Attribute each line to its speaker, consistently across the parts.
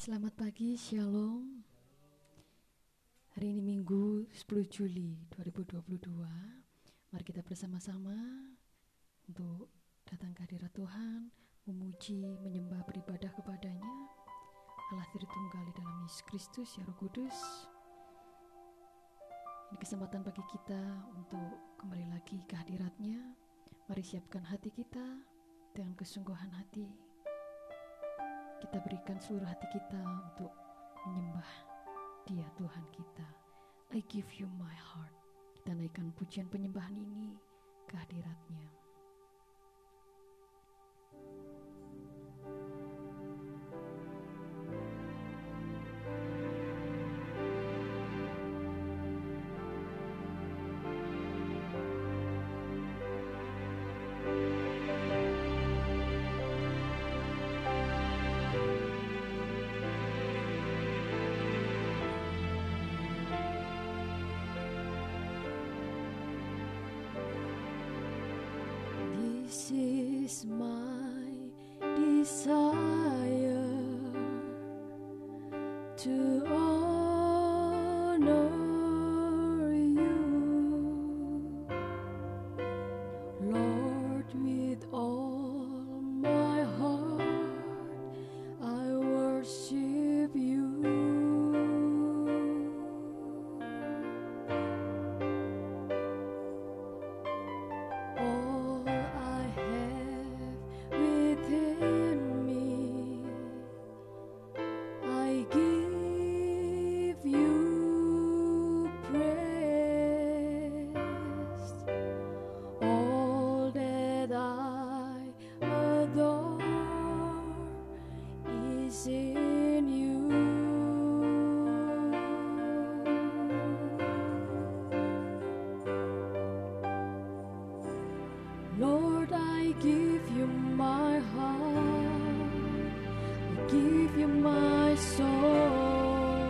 Speaker 1: Selamat pagi, Shalom. Hari ini Minggu 10 Juli 2022. Mari kita bersama-sama untuk datang ke hadirat Tuhan, memuji, menyembah, beribadah kepadanya, Allah Tritunggal di dalam Yesus Kristus, ya Roh Kudus. Ini kesempatan bagi kita untuk kembali lagi ke hadirat-Nya. Mari siapkan hati kita dengan kesungguhan hati. Kita berikan seluruh hati kita untuk menyembah Dia Tuhan kita. I give you my heart. Kita naikkan pujian penyembahan ini ke hadirat-Nya. This is my desire to honor you, Lord, with all my heart I worship you. All I have within me, I give you praise. All that I adore is in you. Lord, I give you my heart, I give you my soul.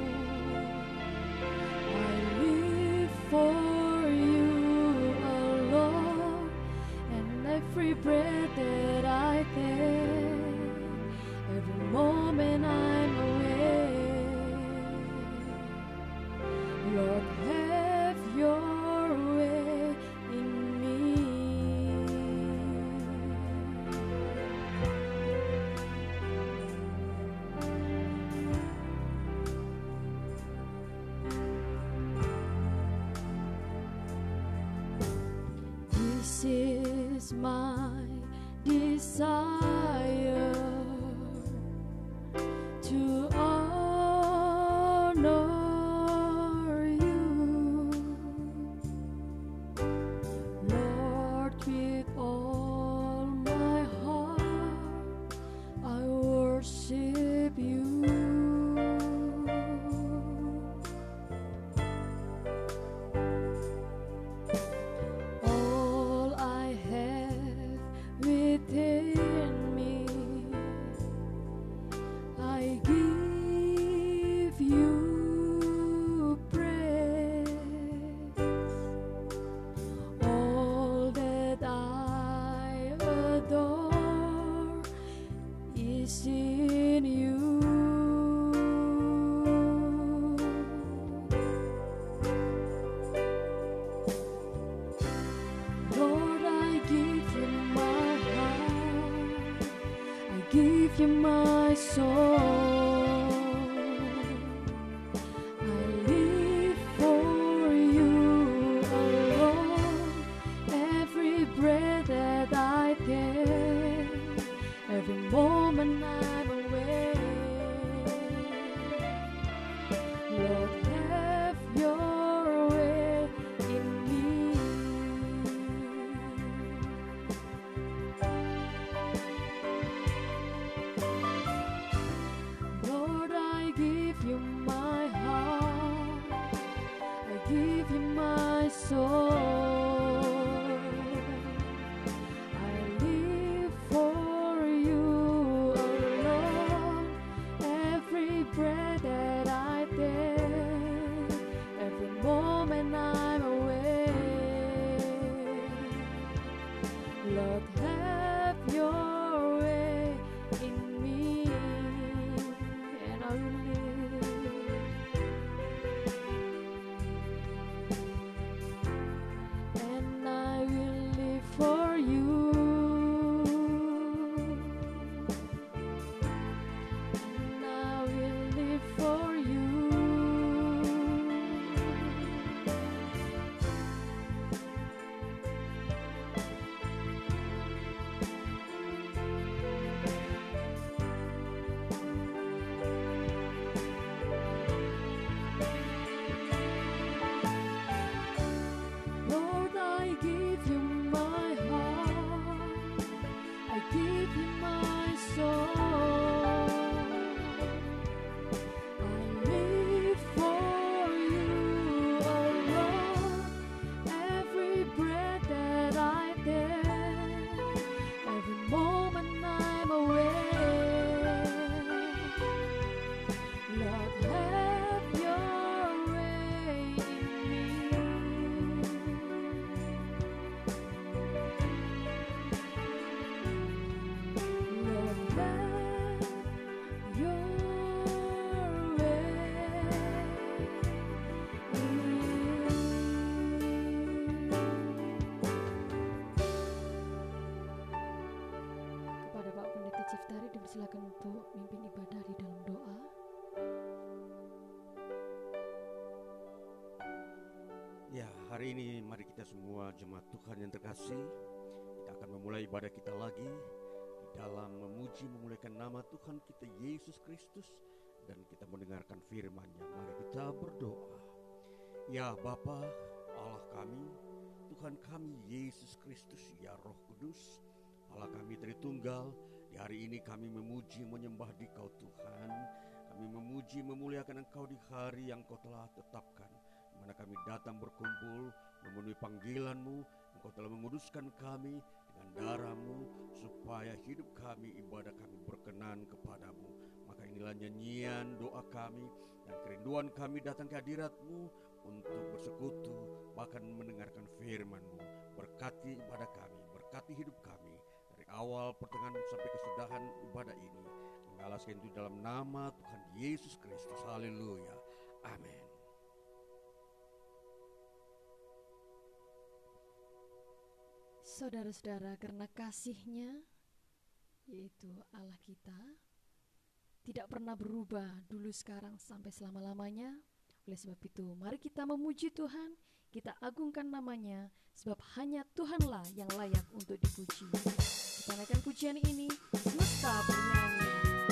Speaker 1: I live for you alone, and every breath that I take, every moment I'm awake. Lord, have your way in me. This is my desire to honor you, Lord, with all my heart I worship you. All I have within me, I give you praise. All that I adore is in you. Lord, I give you my heart, I give you my soul.
Speaker 2: Hari ini mari kita semua jemaat Tuhan yang terkasih, kita akan memulai ibadah kita lagi di dalam memuji memuliakan nama Tuhan kita Yesus Kristus, dan kita mendengarkan firman-Nya. Mari kita berdoa. Ya Bapa, Allah kami, Tuhan kami Yesus Kristus, ya Roh Kudus, Allah kami Tritunggal, di hari ini kami memuji menyembah Dikau Tuhan. Kami memuji memuliakan Engkau di hari yang Kau telah tetapkan, di mana kami datang berkumpul memenuhi panggilan-Mu. Engkau telah menguduskan kami dengan darah-Mu, supaya hidup kami, ibadah kami berkenan kepadamu. Maka inilah nyanyian doa kami dan kerinduan kami datang ke hadirat-Mu untuk bersekutu, bahkan mendengarkan firman-Mu. Berkati ibadah kami, berkati hidup kami dari awal, pertengahan sampai kesudahan ibadah ini. Kami alaskan itu dalam nama Tuhan Yesus Kristus. Haleluya. Amin.
Speaker 1: Saudara-saudara, karena kasih-Nya, yaitu Allah kita, tidak pernah berubah dulu, sekarang, sampai selama-lamanya. Oleh sebab itu, mari kita memuji Tuhan, kita agungkan nama-Nya, sebab hanya Tuhanlah yang layak untuk dipuji. Kita naikkan pujian ini, semesta bernyanyi.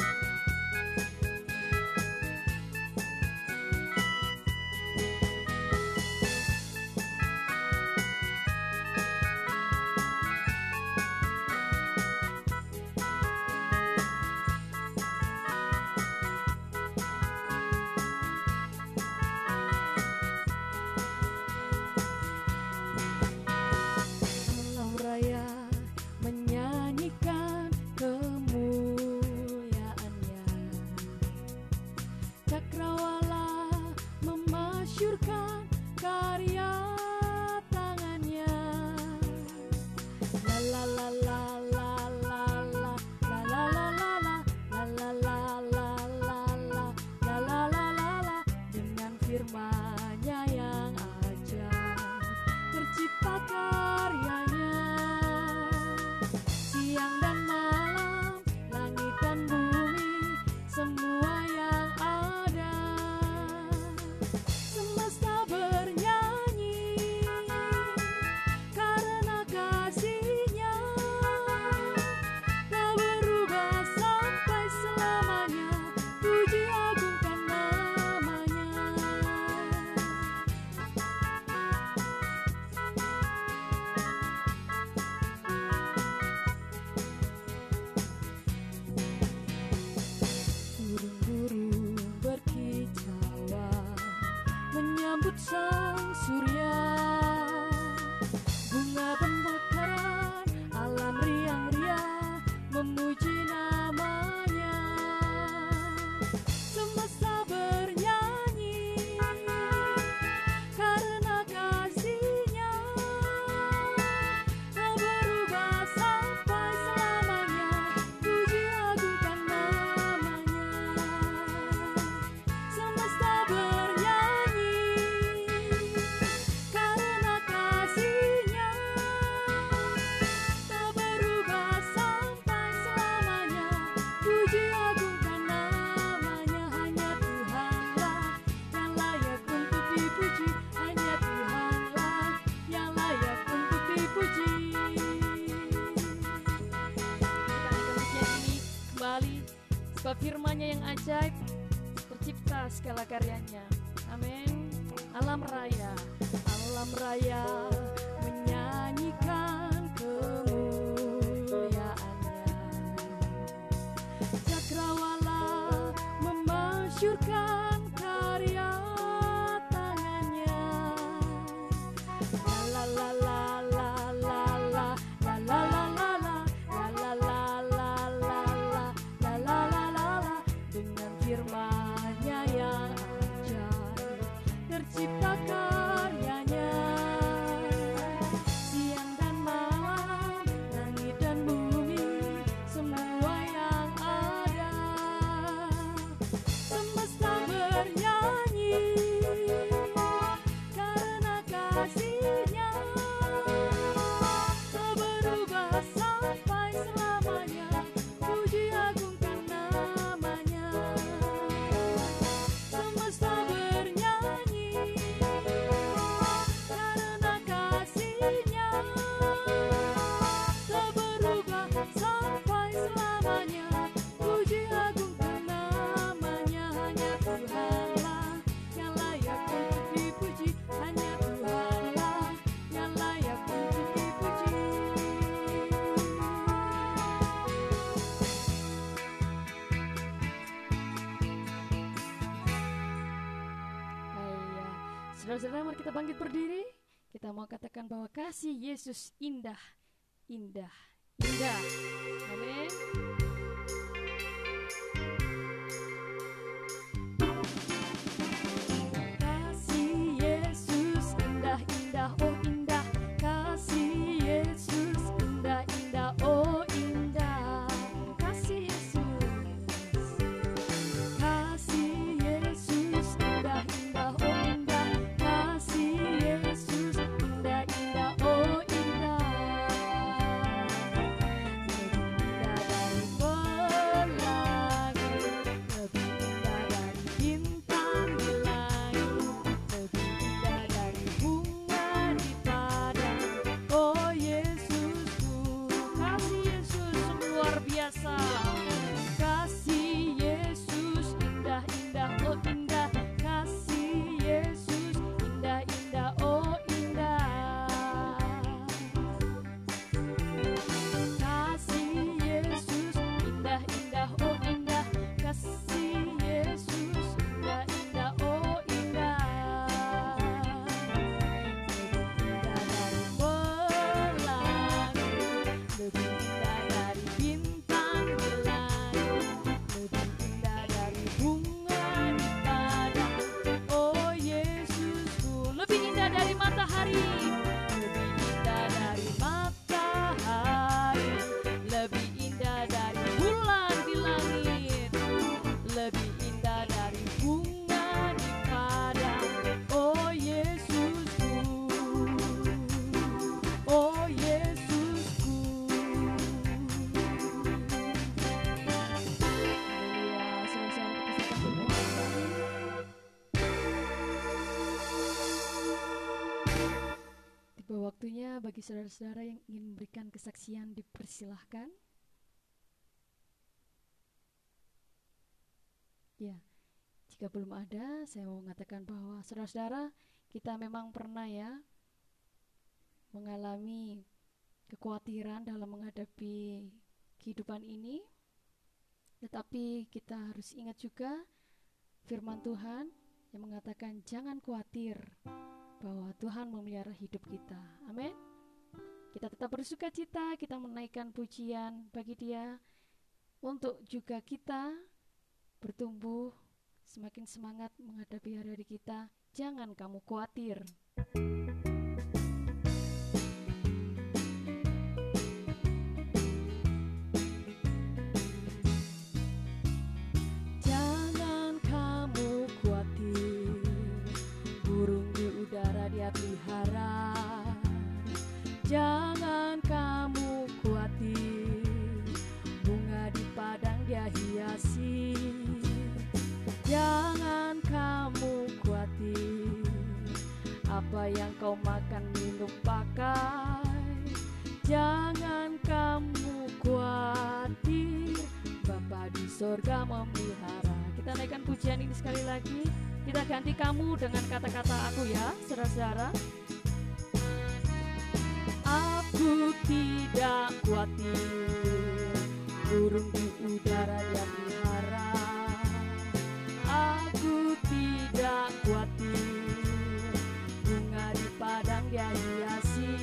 Speaker 1: Firman-Nya yang ajaib, tercipta segala karyanya. Amin. Alam raya menyanyikan kemuliaan-Nya. Cakrawala memasyurkan karya tangan-Nya. La la la la la la la la la la la la la la la la la la la. Dengan firman-Nya yang ajaib, tercipta karyanya. Siang dan malam, langit dan bumi, semua yang ada, semesta bernyanyi karena kasih-Nya tak berubah sampai selamanya. Puji agungkan nama-Nya. Semesta bernyanyi Saudara-saudara, mari kita bangkit berdiri. Kita mau katakan bahwa kasih Yesus indah, indah, indah. Amin. Kasih Yesus indah, indah, oh indah. Kasih Yesus indah, indah, oh indah. Kasih Yesus, kasih Yesus indah, indah, oh indah. Kasih Yesus indah, indah, oh indah. Waktunya bagi saudara-saudara yang ingin memberikan kesaksian dipersilahkan. Ya, jika belum ada, saya mau mengatakan bahwa saudara-saudara, kita memang pernah ya mengalami kekhawatiran dalam menghadapi kehidupan ini. Tetapi kita harus ingat juga firman Tuhan yang mengatakan jangan khawatir, bahwa Tuhan memelihara hidup kita. Amin. Kita tetap bersuka cita, kita menaikkan pujian bagi Dia, untuk juga kita bertumbuh semakin semangat menghadapi hari-hari kita. Jangan kamu khawatir. Jangan kamu khawatir, burung di udara Dia pelihara. Jangan kamu khawatir, bunga di padang Dia hiasi. Jangan kamu khawatir, apa yang kau makan, minum, pakai. Jangan kamu khawatir, Bapa di sorga memelihara. Kita naikkan pujian ini sekali lagi. Kita ganti kamu dengan kata-kata aku ya, saudara-saudara. Aku tidak khawatir, burung di udara Dia pelihara. Aku tidak khawatir, bunga di padang Dia hiasi.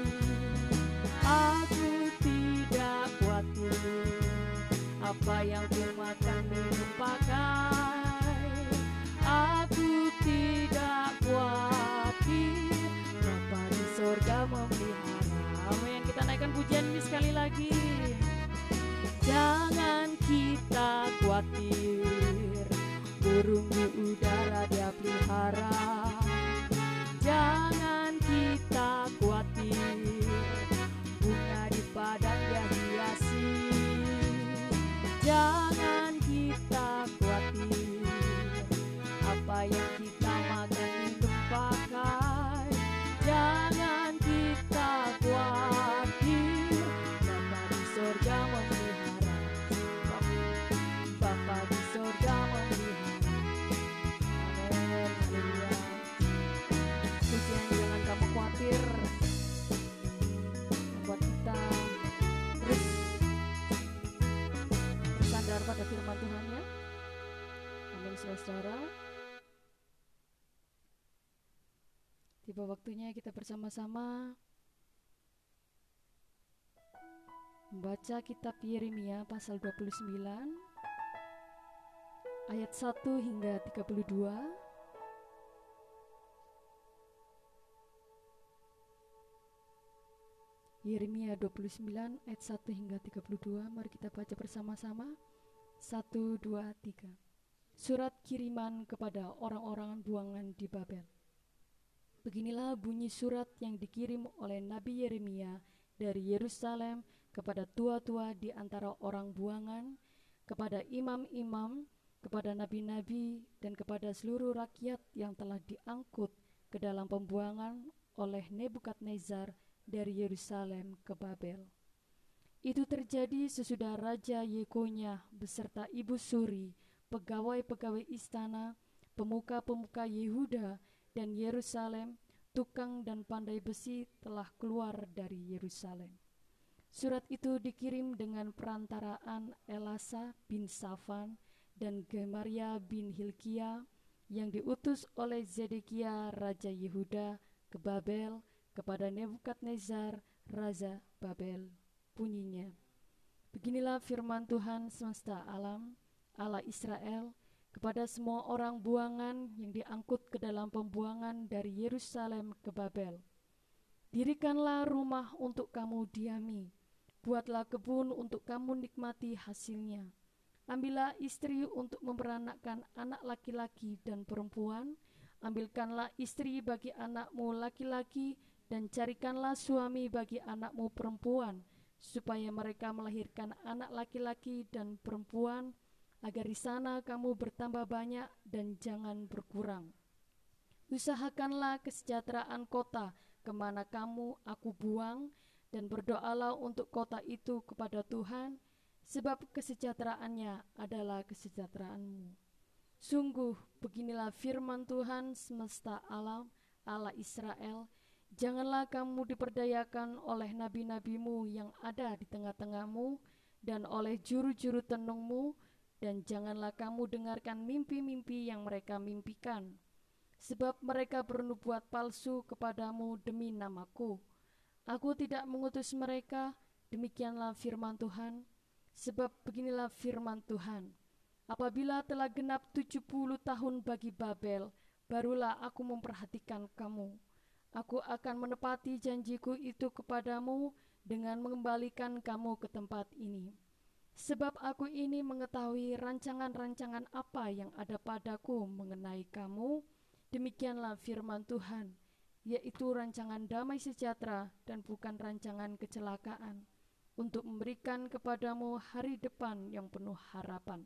Speaker 1: Aku tidak khawatir, apa yang ku makan, minum, pakai. Aku tidak khawatir, Bapa di sorga memelihara. Amin. Kita naikkan pujian ini sekali lagi. Jangan kita khawatir, burung di udara Dia pelihara. Jangan kita khawatir, bunga di padang Dia hiasi. Jangan kita khawatir, apa yang kita makan, minum, pakai. Jangan kita khawatir, Bapa di sorga memelihara. Bapa di sorga memelihara. Amin. Haleluya. Pujian jangan kamu khawatir membuat kita terus bersandar pada firman Tuhan ya. Amin, saudara-saudara. Tiba waktunya kita bersama-sama membaca kitab Yeremia pasal 29 ayat 1 hingga 32. Yeremia 29 ayat 1 hingga 32. Mari kita baca bersama-sama. 1, 2, 3. Surat kiriman kepada orang-orang buangan di Babel. Beginilah bunyi surat yang dikirim oleh Nabi Yeremia dari Yerusalem kepada tua-tua di antara orang buangan, kepada imam-imam, kepada nabi-nabi, dan kepada seluruh rakyat yang telah diangkut ke dalam pembuangan oleh Nebukadnezar dari Yerusalem ke Babel. Itu terjadi sesudah Raja Yekonya beserta Ibu Suri, pegawai-pegawai istana, pemuka-pemuka Yehuda dan Yerusalem, tukang dan pandai besi telah keluar dari Yerusalem. Surat itu dikirim dengan perantaraan Elasa bin Safan dan Gemaria bin Hilkia yang diutus oleh Zedekia Raja Yehuda ke Babel kepada Nebukadnezar Raja Babel. Bunyinya, beginilah firman Tuhan semesta alam, Allah Israel, kepada semua orang buangan yang diangkut ke dalam pembuangan dari Yerusalem ke Babel. Dirikanlah rumah untuk kamu diami, buatlah kebun untuk kamu nikmati hasilnya. Ambillah istri untuk memperanakkan anak laki-laki dan perempuan, ambilkanlah istri bagi anakmu laki-laki, dan carikanlah suami bagi anakmu perempuan, supaya mereka melahirkan anak laki-laki dan perempuan, agar di sana kamu bertambah banyak dan jangan berkurang. Usahakanlah kesejahteraan kota kemana aku buang, dan berdoalah untuk kota itu kepada Tuhan, sebab kesejahteraannya adalah kesejahteraanmu. Sungguh beginilah firman Tuhan semesta alam, Allah Israel, janganlah kamu diperdayakan oleh nabi-nabimu yang ada di tengah-tengahmu dan oleh juru-juru tenungmu, dan janganlah kamu dengarkan mimpi-mimpi yang mereka mimpikan, sebab mereka bernubuat palsu kepadamu demi namaku. Aku tidak mengutus mereka, demikianlah firman Tuhan. Sebab beginilah firman Tuhan, apabila telah genap 70 tahun bagi Babel, barulah aku memperhatikan kamu. Aku akan menepati janjiku itu kepadamu dengan mengembalikan kamu ke tempat ini. Sebab aku ini mengetahui rancangan-rancangan apa yang ada padaku mengenai kamu, demikianlah firman Tuhan, yaitu rancangan damai sejahtera dan bukan rancangan kecelakaan, untuk memberikan kepadamu hari depan yang penuh harapan.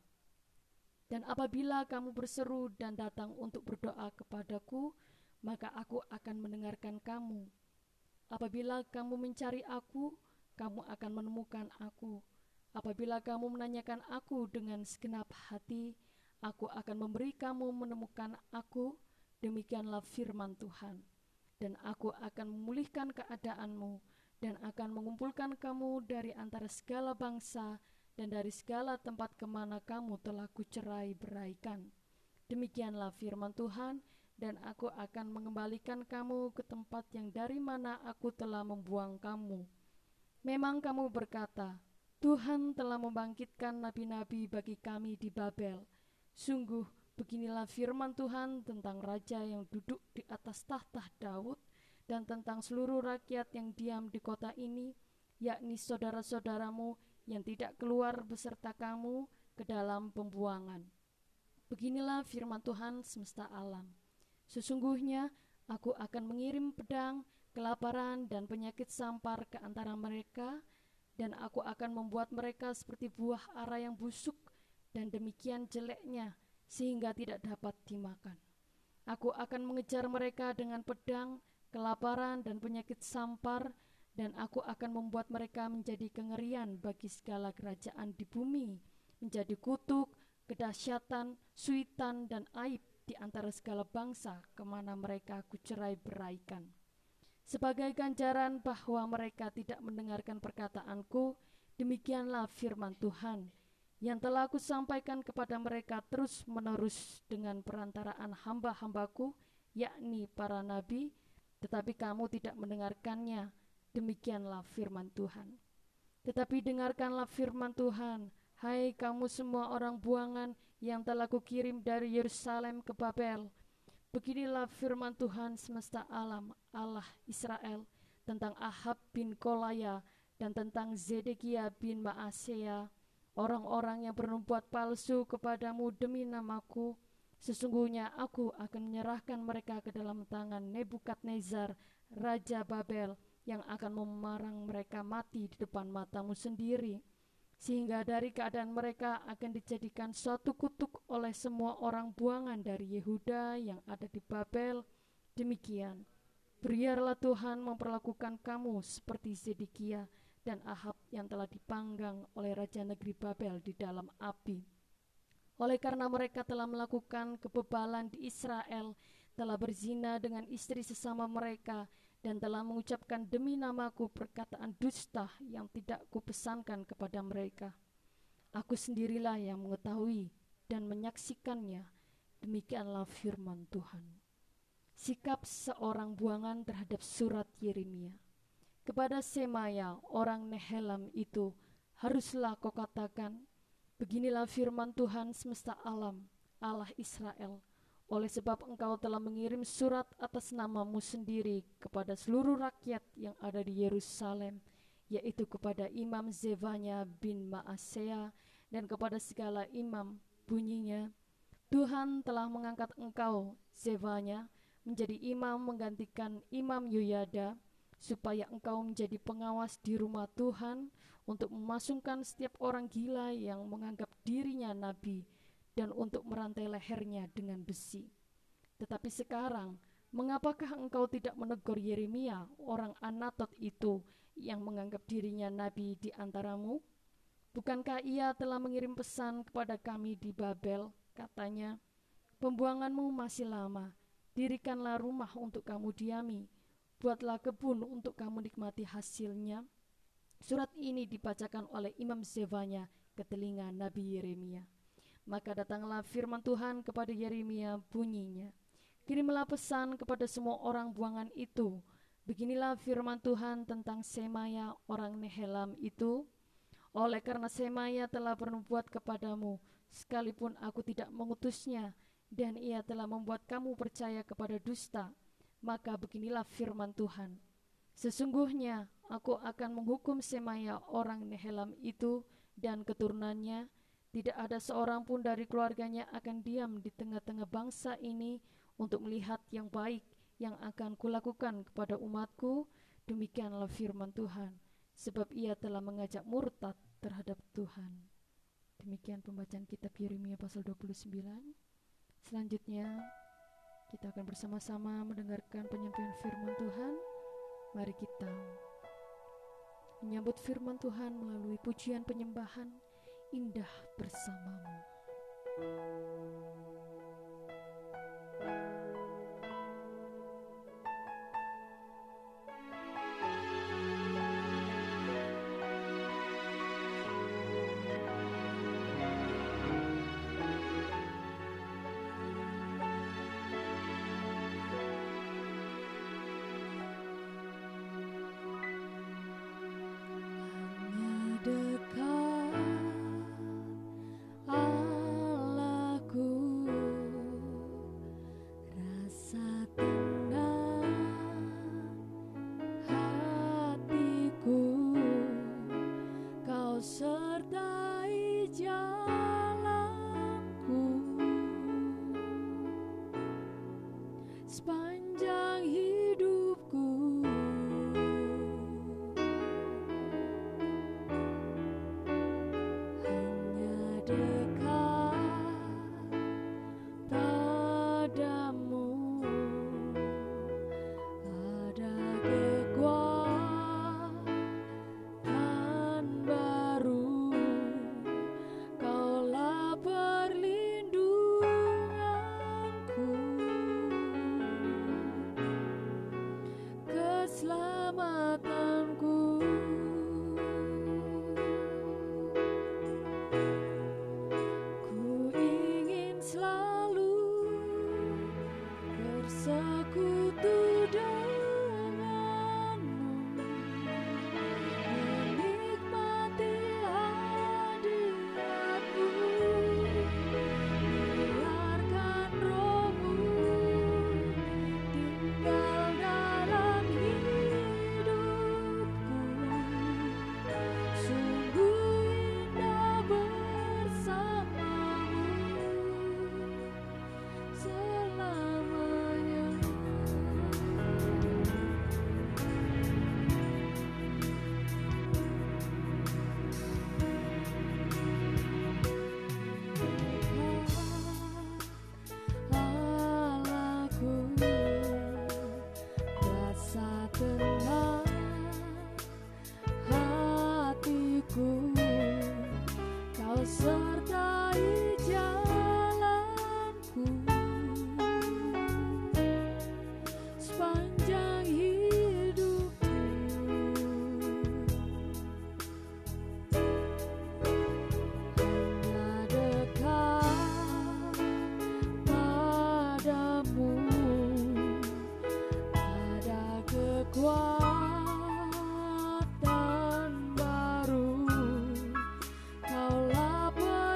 Speaker 1: Dan apabila kamu berseru dan datang untuk berdoa kepadaku, maka aku akan mendengarkan kamu. Apabila kamu mencari aku, kamu akan menemukan aku. Apabila kamu menanyakan aku dengan segenap hati, aku akan memberi kamu menemukan aku, demikianlah firman Tuhan. Dan aku akan memulihkan keadaanmu, dan akan mengumpulkan kamu dari antara segala bangsa, dan dari segala tempat kemana kamu telah kucerai beraikan. Demikianlah firman Tuhan, dan aku akan mengembalikan kamu ke tempat yang dari mana aku telah membuang kamu. Memang kamu berkata, Tuhan telah membangkitkan nabi-nabi bagi kami di Babel. Sungguh beginilah firman Tuhan tentang raja yang duduk di atas tahta Daud, dan tentang seluruh rakyat yang diam di kota ini, yakni saudara-saudaramu yang tidak keluar beserta kamu ke dalam pembuangan. Beginilah firman Tuhan semesta alam. Sesungguhnya aku akan mengirim pedang, kelaparan, dan penyakit sampar ke antara mereka, dan aku akan membuat mereka seperti buah ara yang busuk dan demikian jeleknya sehingga tidak dapat dimakan. Aku akan mengejar mereka dengan pedang, kelaparan, dan penyakit sampar, dan aku akan membuat mereka menjadi kengerian bagi segala kerajaan di bumi, menjadi kutuk, kedahsyatan, suitan, dan aib di antara segala bangsa kemana mereka kucerai beraikan. Sebagai ganjaran bahwa mereka tidak mendengarkan perkataanku, demikianlah firman Tuhan, yang telah aku sampaikan kepada mereka terus-menerus dengan perantaraan hamba-hambaku, yakni para nabi, tetapi kamu tidak mendengarkannya. Demikianlah firman Tuhan. Tetapi dengarkanlah firman Tuhan, hai kamu semua orang buangan yang telah kukirim dari Yerusalem ke Babel. Beginilah firman Tuhan semesta alam, Allah Israel, tentang Ahab bin Kolaya dan tentang Zedekia bin Maaseya, orang-orang yang bernubuat palsu kepadamu demi namaku. Sesungguhnya aku akan menyerahkan mereka ke dalam tangan Nebukadnezar, Raja Babel, yang akan memarang mereka mati di depan matamu sendiri, sehingga dari keadaan mereka akan dijadikan suatu kutuk oleh semua orang buangan dari Yehuda yang ada di Babel. Demikian, biarlah Tuhan memperlakukan kamu seperti Zedekia dan Ahab yang telah dipanggang oleh Raja Negeri Babel di dalam api. Oleh karena mereka telah melakukan kebebalan di Israel, telah berzina dengan istri sesama mereka, dan telah mengucapkan demi namaku perkataan dusta yang tidak kupesankan kepada mereka. Aku sendirilah yang mengetahui dan menyaksikannya. Demikianlah firman Tuhan. Sikap seorang buangan terhadap surat Yeremia. Kepada Semaya orang Nehelam itu haruslah kau katakan, beginilah firman Tuhan semesta alam, Allah Israel, oleh sebab engkau telah mengirim surat atas namamu sendiri kepada seluruh rakyat yang ada di Yerusalem, yaitu kepada Imam Zevanya bin Maaseya dan kepada segala imam, bunyinya, Tuhan telah mengangkat engkau, Zevanya, menjadi imam menggantikan Imam Yoyada, supaya engkau menjadi pengawas di rumah Tuhan untuk memasungkan setiap orang gila yang menganggap dirinya nabi dan untuk merantai lehernya dengan besi. Tetapi sekarang, mengapakah engkau tidak menegur Yeremia, orang Anatot itu yang menganggap dirinya nabi di antaramu? Bukankah ia telah mengirim pesan kepada kami di Babel, katanya, pembuanganmu masih lama, dirikanlah rumah untuk kamu diami, buatlah kebun untuk kamu nikmati hasilnya. Surat ini dibacakan oleh Imam Zevanya ke telinga Nabi Yeremia. Maka datanglah firman Tuhan kepada Yeremia, bunyinya, kirimlah pesan kepada semua orang buangan itu. Beginilah firman Tuhan tentang Semaya orang Nehelam itu. Oleh karena Semaya telah bernubuat kepadamu, sekalipun aku tidak mengutusnya, dan ia telah membuat kamu percaya kepada dusta, maka beginilah firman Tuhan. Sesungguhnya aku akan menghukum Semaya orang Nehelam itu dan keturunannya. Tidak ada seorang pun dari keluarganya akan diam di tengah-tengah bangsa ini untuk melihat yang baik yang akan kulakukan kepada umatku. Demikianlah firman Tuhan, sebab ia telah mengajak murtad terhadap Tuhan. Demikian pembacaan kitab Yeremia pasal 29. Selanjutnya kita akan bersama-sama mendengarkan penyampaian firman Tuhan. Mari kita menyambut firman Tuhan melalui pujian penyembahan indah bersamamu. Dekat Allahku, rasa tenang hatiku, kau sertai jalanku sepanjang hidupku. Sekutu sepanjang hidupku. Hanya dekat padamu ada kekuatan baru. Kaulah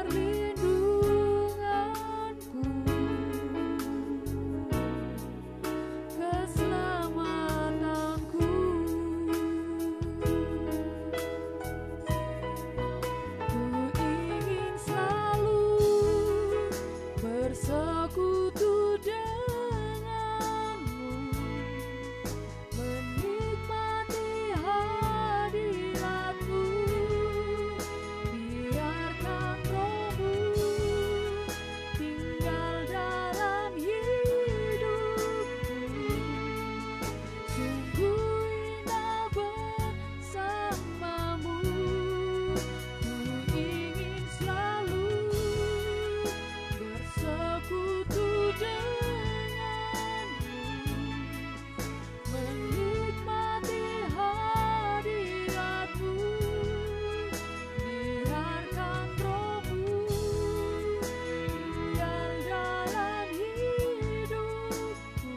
Speaker 1: perlindunganku, keselamatanku. Ku ingin selalu bersekutu denganmu, menikmati hadiratmu. Biarkan Roh-Mu tinggal dalam hidupku. Sungguh indah bersamamu. Ku ingin selalu bersekutu denganmu, menikmati hadiratmu. Biarkan Roh-Mu tinggal dalam hidupku.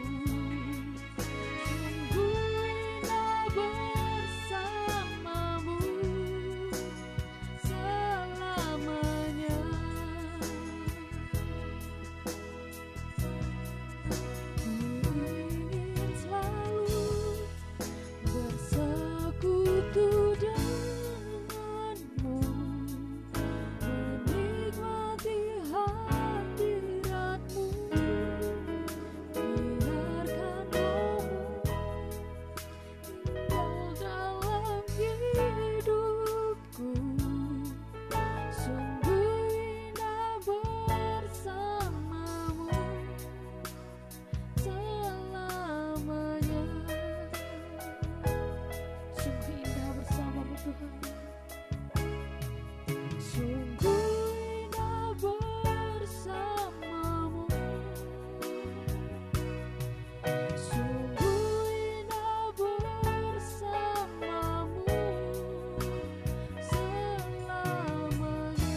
Speaker 1: Sungguh indah bersamamu selamanya. Ku ingin selalu bersekutu denganmu, menikmati hadiratmu. Biarkan Roh-Mu tinggal dalam hidupku. Sungguh indah bersamamu selamanya. Sungguh indah bersamamu Tuhan. Sungguh indah bersamamu. Sungguh indah bersamamu selamanya.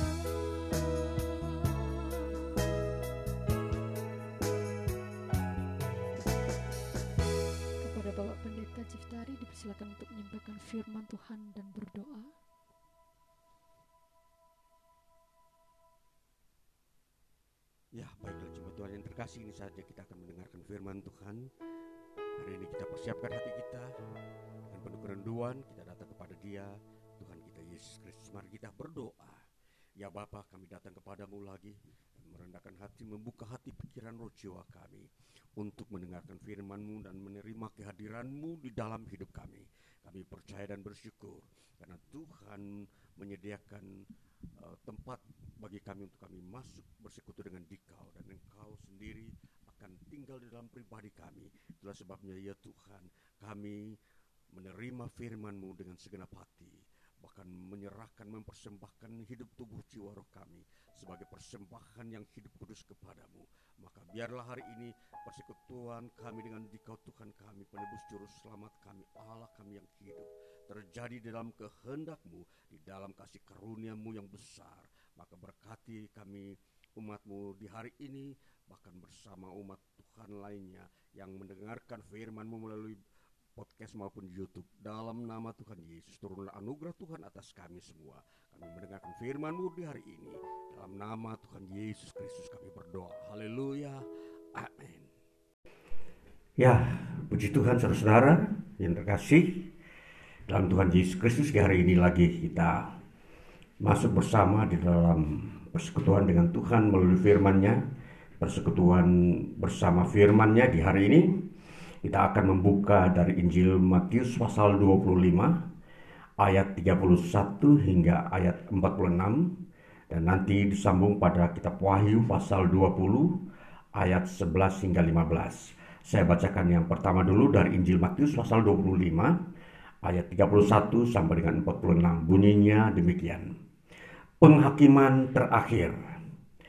Speaker 1: Kepada Bapak Pendeta Ciftari dipersilakan untuk menyampaikan firman Tuhan dan berdoa.
Speaker 2: Ya, baiklah jemaat Tuhan yang terkasih, ini saja kita akan mendengarkan firman Tuhan. Hari ini kita persiapkan hati kita dengan penuh kerinduan, kita datang kepada Dia, Tuhan kita Yesus Kristus. Mari kita berdoa. Ya Bapa, kami datang kepadamu lagi dan merendahkan hati, membuka hati, pikiran, roh, jiwa kami untuk mendengarkan firman-Mu dan menerima kehadiran-Mu di dalam hidup kami. Kami percaya dan bersyukur karena Tuhan menyediakan tempat bagi kami untuk kami masuk bersekutu dengan Dikau, dan Engkau sendiri akan tinggal di dalam pribadi kami. Itulah sebabnya ya Tuhan, kami menerima firman-Mu dengan segenap hati, bahkan menyerahkan, mempersembahkan hidup, tubuh, jiwa, roh kami sebagai persembahan yang hidup kudus kepadamu. Maka biarlah hari ini persekutuan kami dengan Dikau Tuhan kami, penebus juru selamat kami, Allah kami yang hidup, terjadi dalam kehendak-Mu, di dalam kasih karunia-Mu yang besar. Maka berkati kami umat-Mu di hari ini, bahkan bersama umat Tuhan lainnya yang mendengarkan firman-Mu melalui podcast maupun YouTube. Dalam nama Tuhan Yesus, turunlah anugerah Tuhan atas kami semua. Kami mendengarkan firman-Mu di hari ini. Dalam nama Tuhan Yesus Kristus kami berdoa. Haleluya. Amin. Ya, puji Tuhan saudara-saudara yang terkasih dalam Tuhan Yesus Kristus. Di hari ini lagi kita masuk bersama di dalam persekutuan dengan Tuhan melalui firman-Nya. Persekutuan bersama firman-Nya di hari ini kita akan membuka dari Injil Matius pasal 25 ayat 31 hingga ayat 46, dan nanti disambung pada kitab Wahyu pasal 20 ayat 11 hingga 15. Saya bacakan yang pertama dulu dari Injil Matius pasal 25 ayat 31 sampai dengan 46. Bunyinya demikian. Penghakiman terakhir.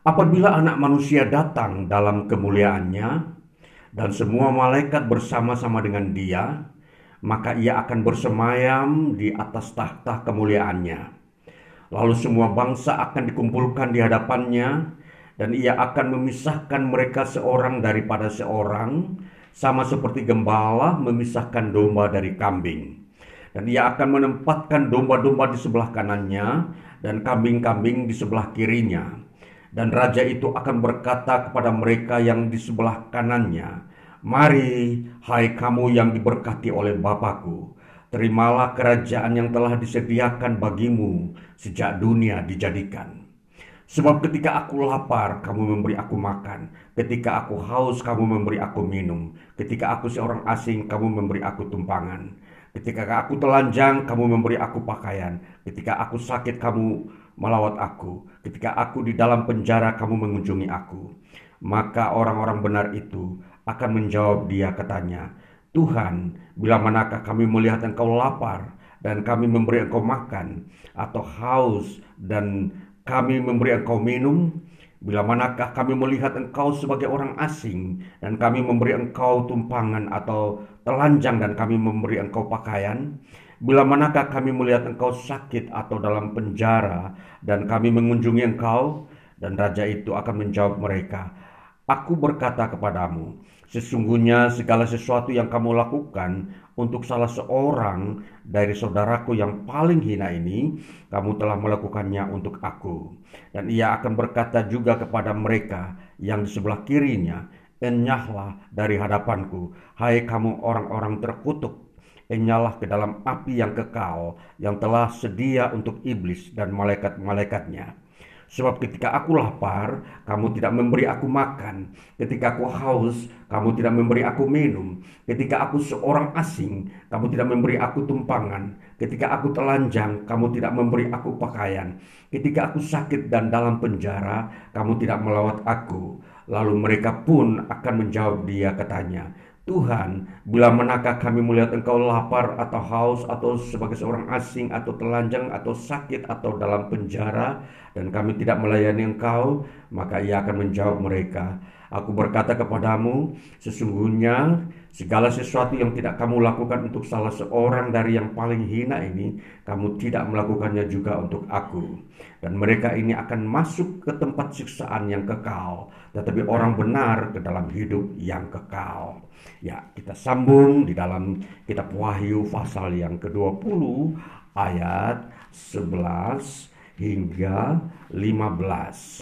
Speaker 2: Apabila Anak Manusia datang dalam kemuliaannya dan semua malaikat bersama-sama dengan Dia, maka Ia akan bersemayam di atas tahta kemuliaannya. Lalu semua bangsa akan dikumpulkan di hadapannya, dan Ia akan memisahkan mereka seorang daripada seorang, sama seperti gembala memisahkan domba dari kambing. Dan Ia akan menempatkan domba-domba di sebelah kanannya dan kambing-kambing di sebelah kirinya. Dan Raja itu akan berkata kepada mereka yang di sebelah kanannya, "Mari, hai kamu yang diberkati oleh Bapa-Ku, terimalah kerajaan yang telah disediakan bagimu sejak dunia dijadikan. Sebab ketika aku lapar, kamu memberi aku makan. Ketika aku haus, kamu memberi aku minum. Ketika aku seorang asing, kamu memberi aku tumpangan. Ketika aku telanjang, kamu memberi aku pakaian. Ketika aku sakit, kamu melawat aku. Ketika aku di dalam penjara, kamu mengunjungi aku." Maka orang-orang benar itu akan menjawab Dia katanya, "Tuhan, bila manakah kami melihat Engkau lapar dan kami memberi Engkau makan, atau haus dan kami memberi Engkau minum? Bila manakah kami melihat Engkau sebagai orang asing dan kami memberi Engkau tumpangan, atau telanjang dan kami memberi Engkau pakaian? Bila manakah kami melihat Engkau sakit atau dalam penjara dan kami mengunjungi Engkau?" Dan Raja itu akan menjawab mereka, "Aku berkata kepadamu, sesungguhnya segala sesuatu yang kamu lakukan untuk salah seorang dari saudaraku yang paling hina ini, kamu telah melakukannya untuk aku." Dan Ia akan berkata juga kepada mereka yang di sebelah kirinya, "Enyahlah dari hadapanku, hai kamu orang-orang terkutuk. Enyahlah ke dalam api yang kekal, yang telah sedia untuk iblis dan malaikat-malaikatnya. Sebab ketika aku lapar, kamu tidak memberi aku makan. Ketika aku haus, kamu tidak memberi aku minum. Ketika aku seorang asing, kamu tidak memberi aku tumpangan. Ketika aku telanjang, kamu tidak memberi aku pakaian. Ketika aku sakit dan dalam penjara, kamu tidak melawat aku." Lalu mereka pun akan menjawab Dia katanya, "Tuhan, bila manakah kami melihat Engkau lapar atau haus atau sebagai seorang asing atau telanjang atau sakit atau dalam penjara dan kami tidak melayani Engkau?" Maka Ia akan menjawab mereka, "Aku berkata kepadamu, sesungguhnya segala sesuatu yang tidak kamu lakukan untuk salah seorang dari yang paling hina ini, kamu tidak melakukannya juga untuk aku." Dan mereka ini akan masuk ke tempat siksaan yang kekal, tetapi orang benar ke dalam hidup yang kekal. Ya, kita sambung di dalam kitab Wahyu pasal yang ke-20 ayat 11 hingga 15.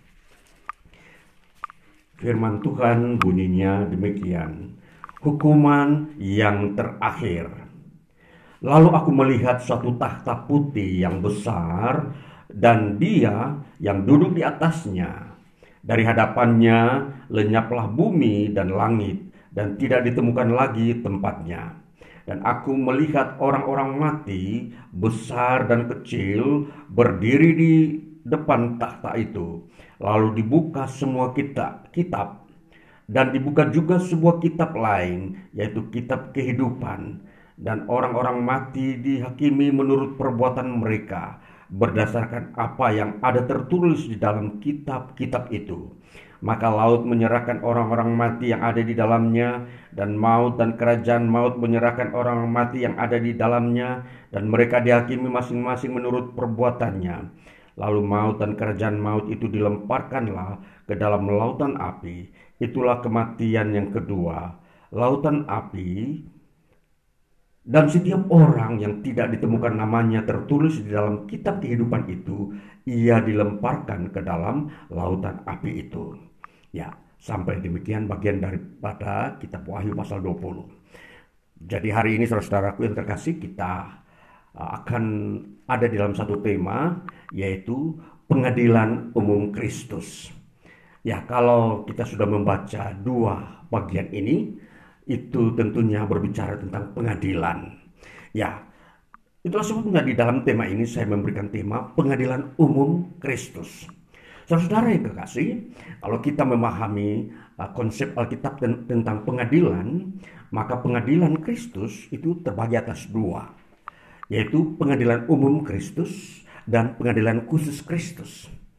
Speaker 2: Firman Tuhan bunyinya demikian, "Hukuman yang terakhir. Lalu aku melihat suatu tahta putih yang besar dan Dia yang duduk di atasnya. Dari hadapannya lenyaplah bumi dan langit, dan tidak ditemukan lagi tempatnya. Dan aku melihat orang-orang mati, besar dan kecil, berdiri di depan tahta itu. Lalu dibuka semua kitab, dan dibuka juga sebuah kitab lain, yaitu kitab kehidupan. Dan orang-orang mati dihakimi menurut perbuatan mereka, berdasarkan apa yang ada tertulis di dalam kitab-kitab itu. Maka laut menyerahkan orang-orang mati yang ada di dalamnya, dan maut dan kerajaan maut menyerahkan orang mati yang ada di dalamnya, dan mereka dihakimi masing-masing menurut perbuatannya. Lalu maut dan kerajaan maut itu dilemparkanlah ke dalam lautan api. Itulah kematian yang kedua, lautan api. Dan setiap orang yang tidak ditemukan namanya tertulis di dalam kitab kehidupan itu, ia dilemparkan ke dalam lautan api itu." Ya, sampai demikian bagian daripada kitab Wahyu pasal 20. Jadi hari ini saudara-saudaraku yang terkasih, kita akan ada di dalam satu tema, yaitu pengadilan umum Kristus. Ya, kalau kita sudah membaca dua bagian ini, itu tentunya berbicara tentang pengadilan. Ya, itulah sebabnya di dalam tema ini saya memberikan tema pengadilan umum Kristus. Saudara yang kekasih, kalau kita memahami konsep Alkitab tentang pengadilan, maka pengadilan Kristus itu terbagi atas dua, yaitu pengadilan umum Kristus dan pengadilan khusus Kristus.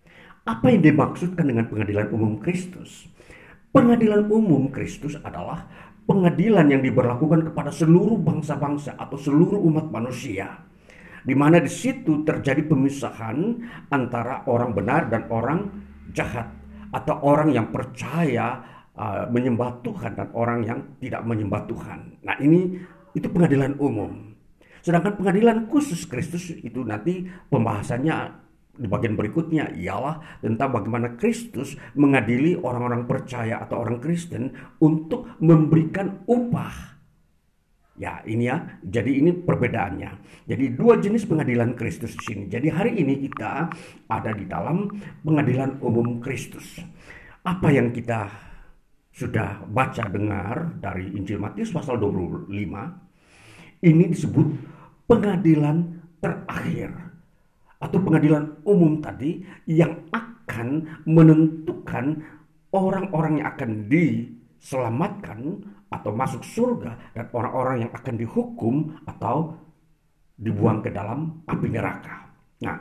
Speaker 3: Apa yang dimaksudkan dengan pengadilan umum Kristus? Pengadilan umum Kristus adalah pengadilan yang diberlakukan kepada seluruh bangsa-bangsa atau seluruh umat manusia, di mana di situ terjadi pemisahan antara orang benar dan orang jahat, atau orang yang percaya menyembah Tuhan dan orang yang tidak menyembah Tuhan. Nah, itu pengadilan umum. Sedangkan pengadilan khusus Kristus itu nanti pembahasannya di bagian berikutnya ialah tentang bagaimana Kristus mengadili orang-orang percaya atau orang Kristen untuk memberikan upah. Ya, jadi ini perbedaannya. Jadi dua jenis pengadilan Kristus di sini. Jadi hari ini kita ada di dalam pengadilan umum Kristus. Apa yang kita sudah baca dengar dari Injil Matius pasal 25, ini disebut pengadilan terakhir atau pengadilan umum tadi yang akan menentukan orang-orang yang akan diselamatkan atau masuk surga dan orang-orang yang akan dihukum atau dibuang ke dalam api neraka. Nah,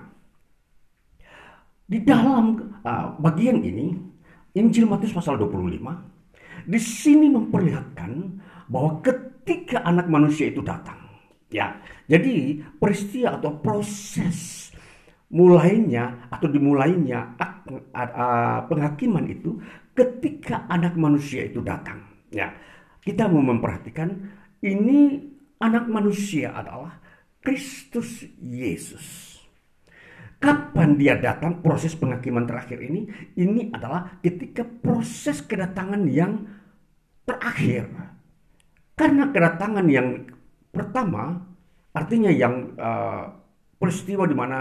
Speaker 3: di dalam bagian ini Injil Matius pasal 25 di sini memperlihatkan bahwa ketika Anak Manusia itu datang, ya, jadi peristiwa atau proses dimulainya penghakiman itu ketika Anak Manusia itu datang. Ya, kita mau memperhatikan ini Anak Manusia adalah Kristus Yesus. Kapan dia datang? Proses penghakiman terakhir ini adalah ketika proses kedatangan yang terakhir. Karena kedatangan yang pertama artinya yang peristiwa di mana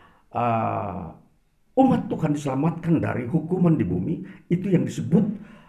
Speaker 3: umat Tuhan diselamatkan dari hukuman di bumi, itu yang disebut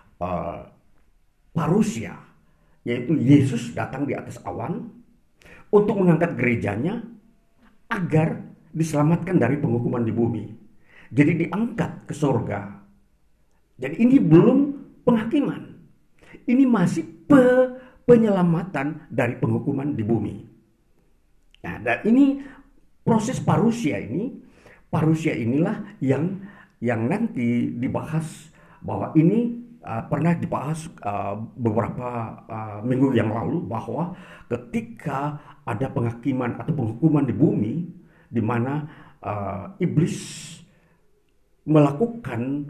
Speaker 3: parusia, yaitu Yesus datang di atas awan untuk mengangkat gerejanya agar diselamatkan dari penghukuman di bumi. Jadi diangkat ke surga. Jadi ini belum penghakiman. Ini masih penyelamatan dari penghukuman di bumi. Nah, dan ini proses parusia inilah yang nanti dibahas, bahwa ini pernah dibahas beberapa minggu yang lalu, bahwa ketika ada penghakiman atau penghukuman di bumi di mana iblis melakukan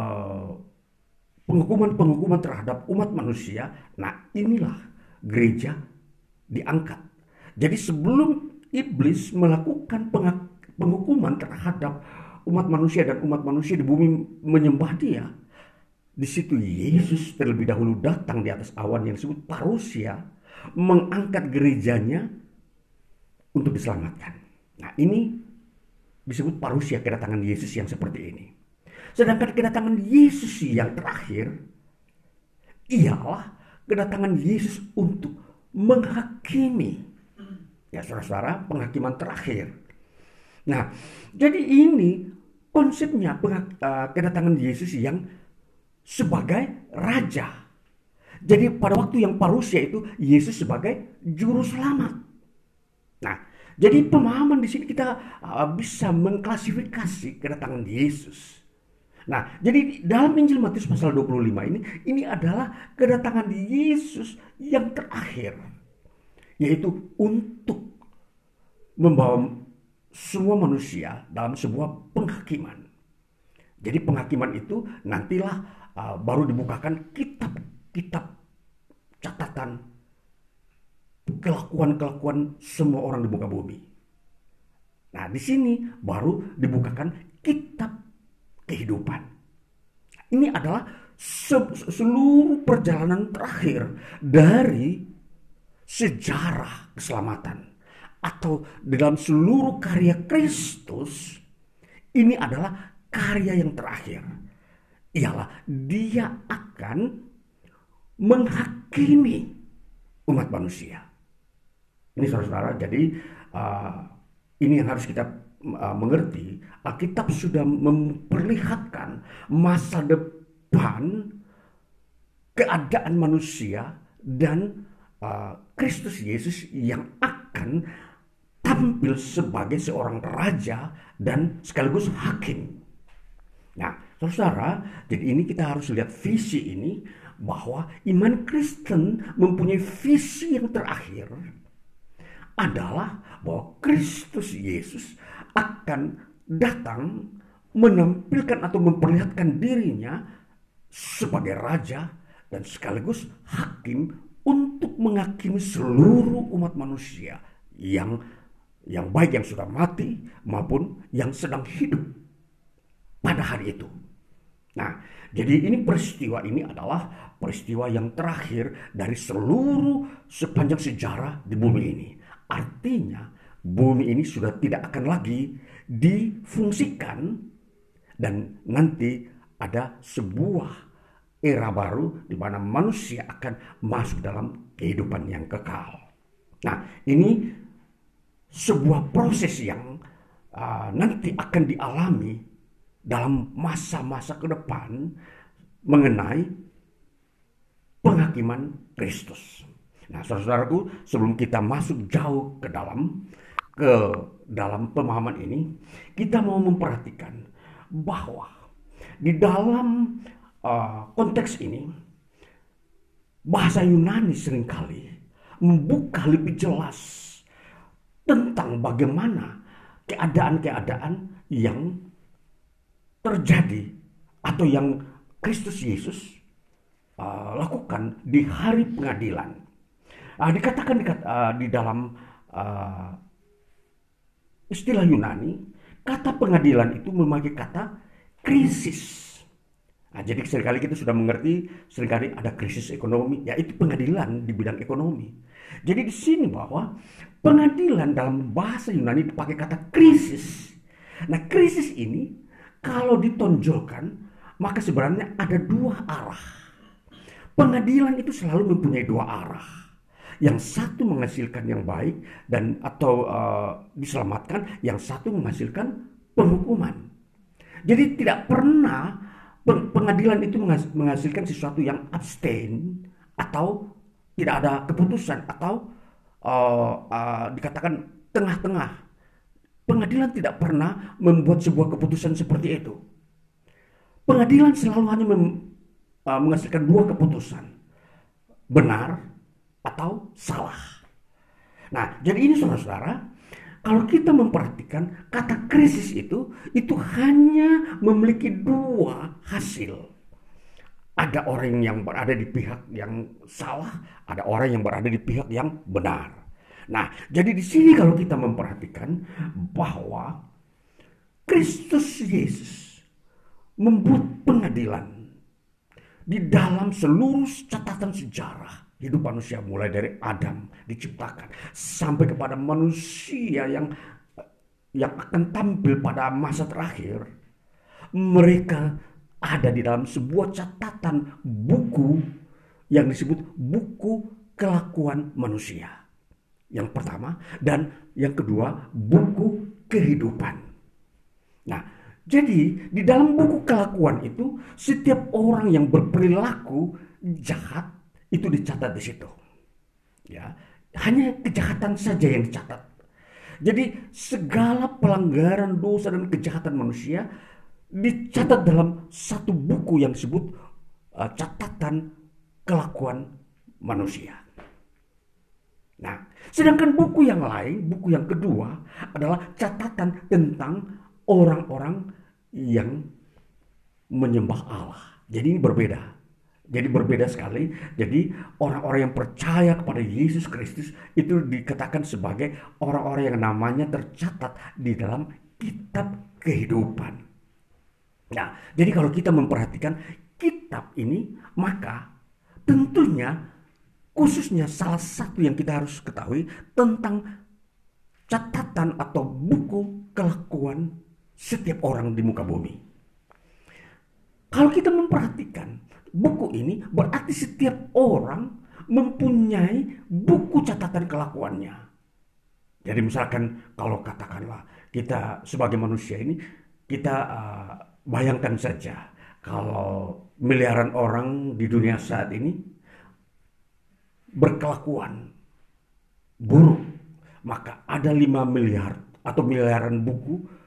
Speaker 3: penghukuman terhadap umat manusia, nah inilah gereja diangkat. Jadi sebelum iblis melakukan penghukuman terhadap umat manusia dan umat manusia di bumi menyembah dia, di situ Yesus terlebih dahulu datang di atas awan yang disebut parusia, mengangkat gerejanya untuk diselamatkan. Nah, ini disebut parusia, kedatangan Yesus yang seperti ini. Sedangkan kedatangan Yesus yang terakhir ialah kedatangan Yesus untuk menghakimi. Ya, saudara-saudara, penghakiman terakhir. Nah, jadi ini konsepnya kedatangan Yesus yang sebagai raja. Jadi pada waktu yang parusia itu Yesus sebagai juru selamat. Nah, jadi pemahaman di sini kita bisa mengklasifikasi kedatangan Yesus. Nah, jadi dalam Injil Matius pasal 25 ini adalah kedatangan Yesus yang terakhir, yaitu untuk membawa semua manusia dalam sebuah penghakiman. Jadi penghakiman itu nantilah baru dibukakan kitab catatan kelakuan semua orang di muka bumi. Nah, di sini baru dibukakan kitab kehidupan. Ini adalah seluruh perjalanan terakhir dari sejarah keselamatan, atau dalam seluruh karya Kristus. Ini adalah karya yang terakhir, ialah dia akan menghakimi umat manusia. Ini saudara-saudara, jadi ini yang harus kita mengerti. Alkitab sudah memperlihatkan masa depan keadaan manusia dan Kristus Yesus yang akan tampil sebagai seorang raja dan sekaligus hakim. Nah, saudara, jadi ini kita harus lihat visi ini, bahwa iman Kristen mempunyai visi yang terakhir adalah bahwa Kristus Yesus akan datang menampilkan atau memperlihatkan dirinya sebagai raja dan sekaligus hakim untuk menghakimi seluruh umat manusia yang baik yang sudah mati maupun yang sedang hidup pada hari itu. Nah, jadi ini peristiwa ini adalah peristiwa yang terakhir dari sepanjang sejarah di bumi ini. Artinya bumi ini sudah tidak akan lagi difungsikan dan nanti ada sebuah era baru di mana manusia akan masuk dalam kehidupan yang kekal. Nah, ini sebuah proses yang nanti akan dialami dalam masa-masa ke depan mengenai penghakiman Kristus. Nah, saudara-saudaraku, sebelum kita masuk jauh ke dalam pemahaman ini, kita mau memperhatikan bahwa di dalam konteks ini bahasa Yunani seringkali membuka lebih jelas tentang bagaimana keadaan-keadaan yang terjadi atau yang Kristus Yesus lakukan di hari pengadilan. Dikatakan di dalam istilah Yunani, kata pengadilan itu memakai kata krisis. Jadi seringkali kita sudah mengerti, seringkali ada krisis ekonomi, yaitu pengadilan di bidang ekonomi. Jadi di sini bahwa pengadilan dalam bahasa Yunani dipakai kata krisis. Nah, krisis ini kalau ditonjolkan, maka sebenarnya ada dua arah. Pengadilan itu selalu mempunyai dua arah. Yang satu menghasilkan yang baik atau diselamatkan, yang satu menghasilkan penghukuman. Jadi tidak pernah pengadilan itu menghasilkan sesuatu yang abstain atau tidak ada keputusan atau dikatakan tengah-tengah. Pengadilan tidak pernah membuat sebuah keputusan seperti itu. Pengadilan selalu hanya menghasilkan dua keputusan, benar atau salah. Nah, jadi ini saudara-saudara, kalau kita memperhatikan kata krisis itu hanya memiliki dua hasil. Ada orang yang berada di pihak yang salah, ada orang yang berada di pihak yang benar. Nah, jadi di sini kalau kita memperhatikan bahwa Kristus Yesus membuat pengadilan di dalam seluruh catatan sejarah hidup manusia, mulai dari Adam diciptakan sampai kepada manusia yang akan tampil pada masa terakhir. Mereka ada di dalam sebuah catatan buku yang disebut buku kelakuan manusia. Yang pertama, dan yang kedua, buku kehidupan. Nah, jadi di dalam buku kelakuan itu, setiap orang yang berperilaku jahat itu dicatat di situ. Ya, hanya kejahatan saja yang dicatat. Jadi segala pelanggaran, dosa dan kejahatan manusia dicatat dalam satu buku yang disebut catatan kelakuan manusia. Nah, sedangkan buku yang lain, buku yang kedua adalah catatan tentang orang-orang yang menyembah Allah. Jadi ini berbeda. Jadi berbeda sekali. Jadi orang-orang yang percaya kepada Yesus Kristus itu dikatakan sebagai orang-orang yang namanya tercatat di dalam kitab kehidupan. Nah, jadi kalau kita memperhatikan kitab ini, maka tentunya khususnya salah satu yang kita harus ketahui tentang catatan atau buku kelakuan setiap orang di muka bumi. Kalau kita memperhatikan buku ini, berarti setiap orang mempunyai buku catatan kelakuannya. Jadi misalkan kalau katakanlah kita sebagai manusia ini, kita bayangkan saja kalau miliaran orang di dunia saat ini berkelakuan buruk, maka ada 5 miliar atau miliaran buku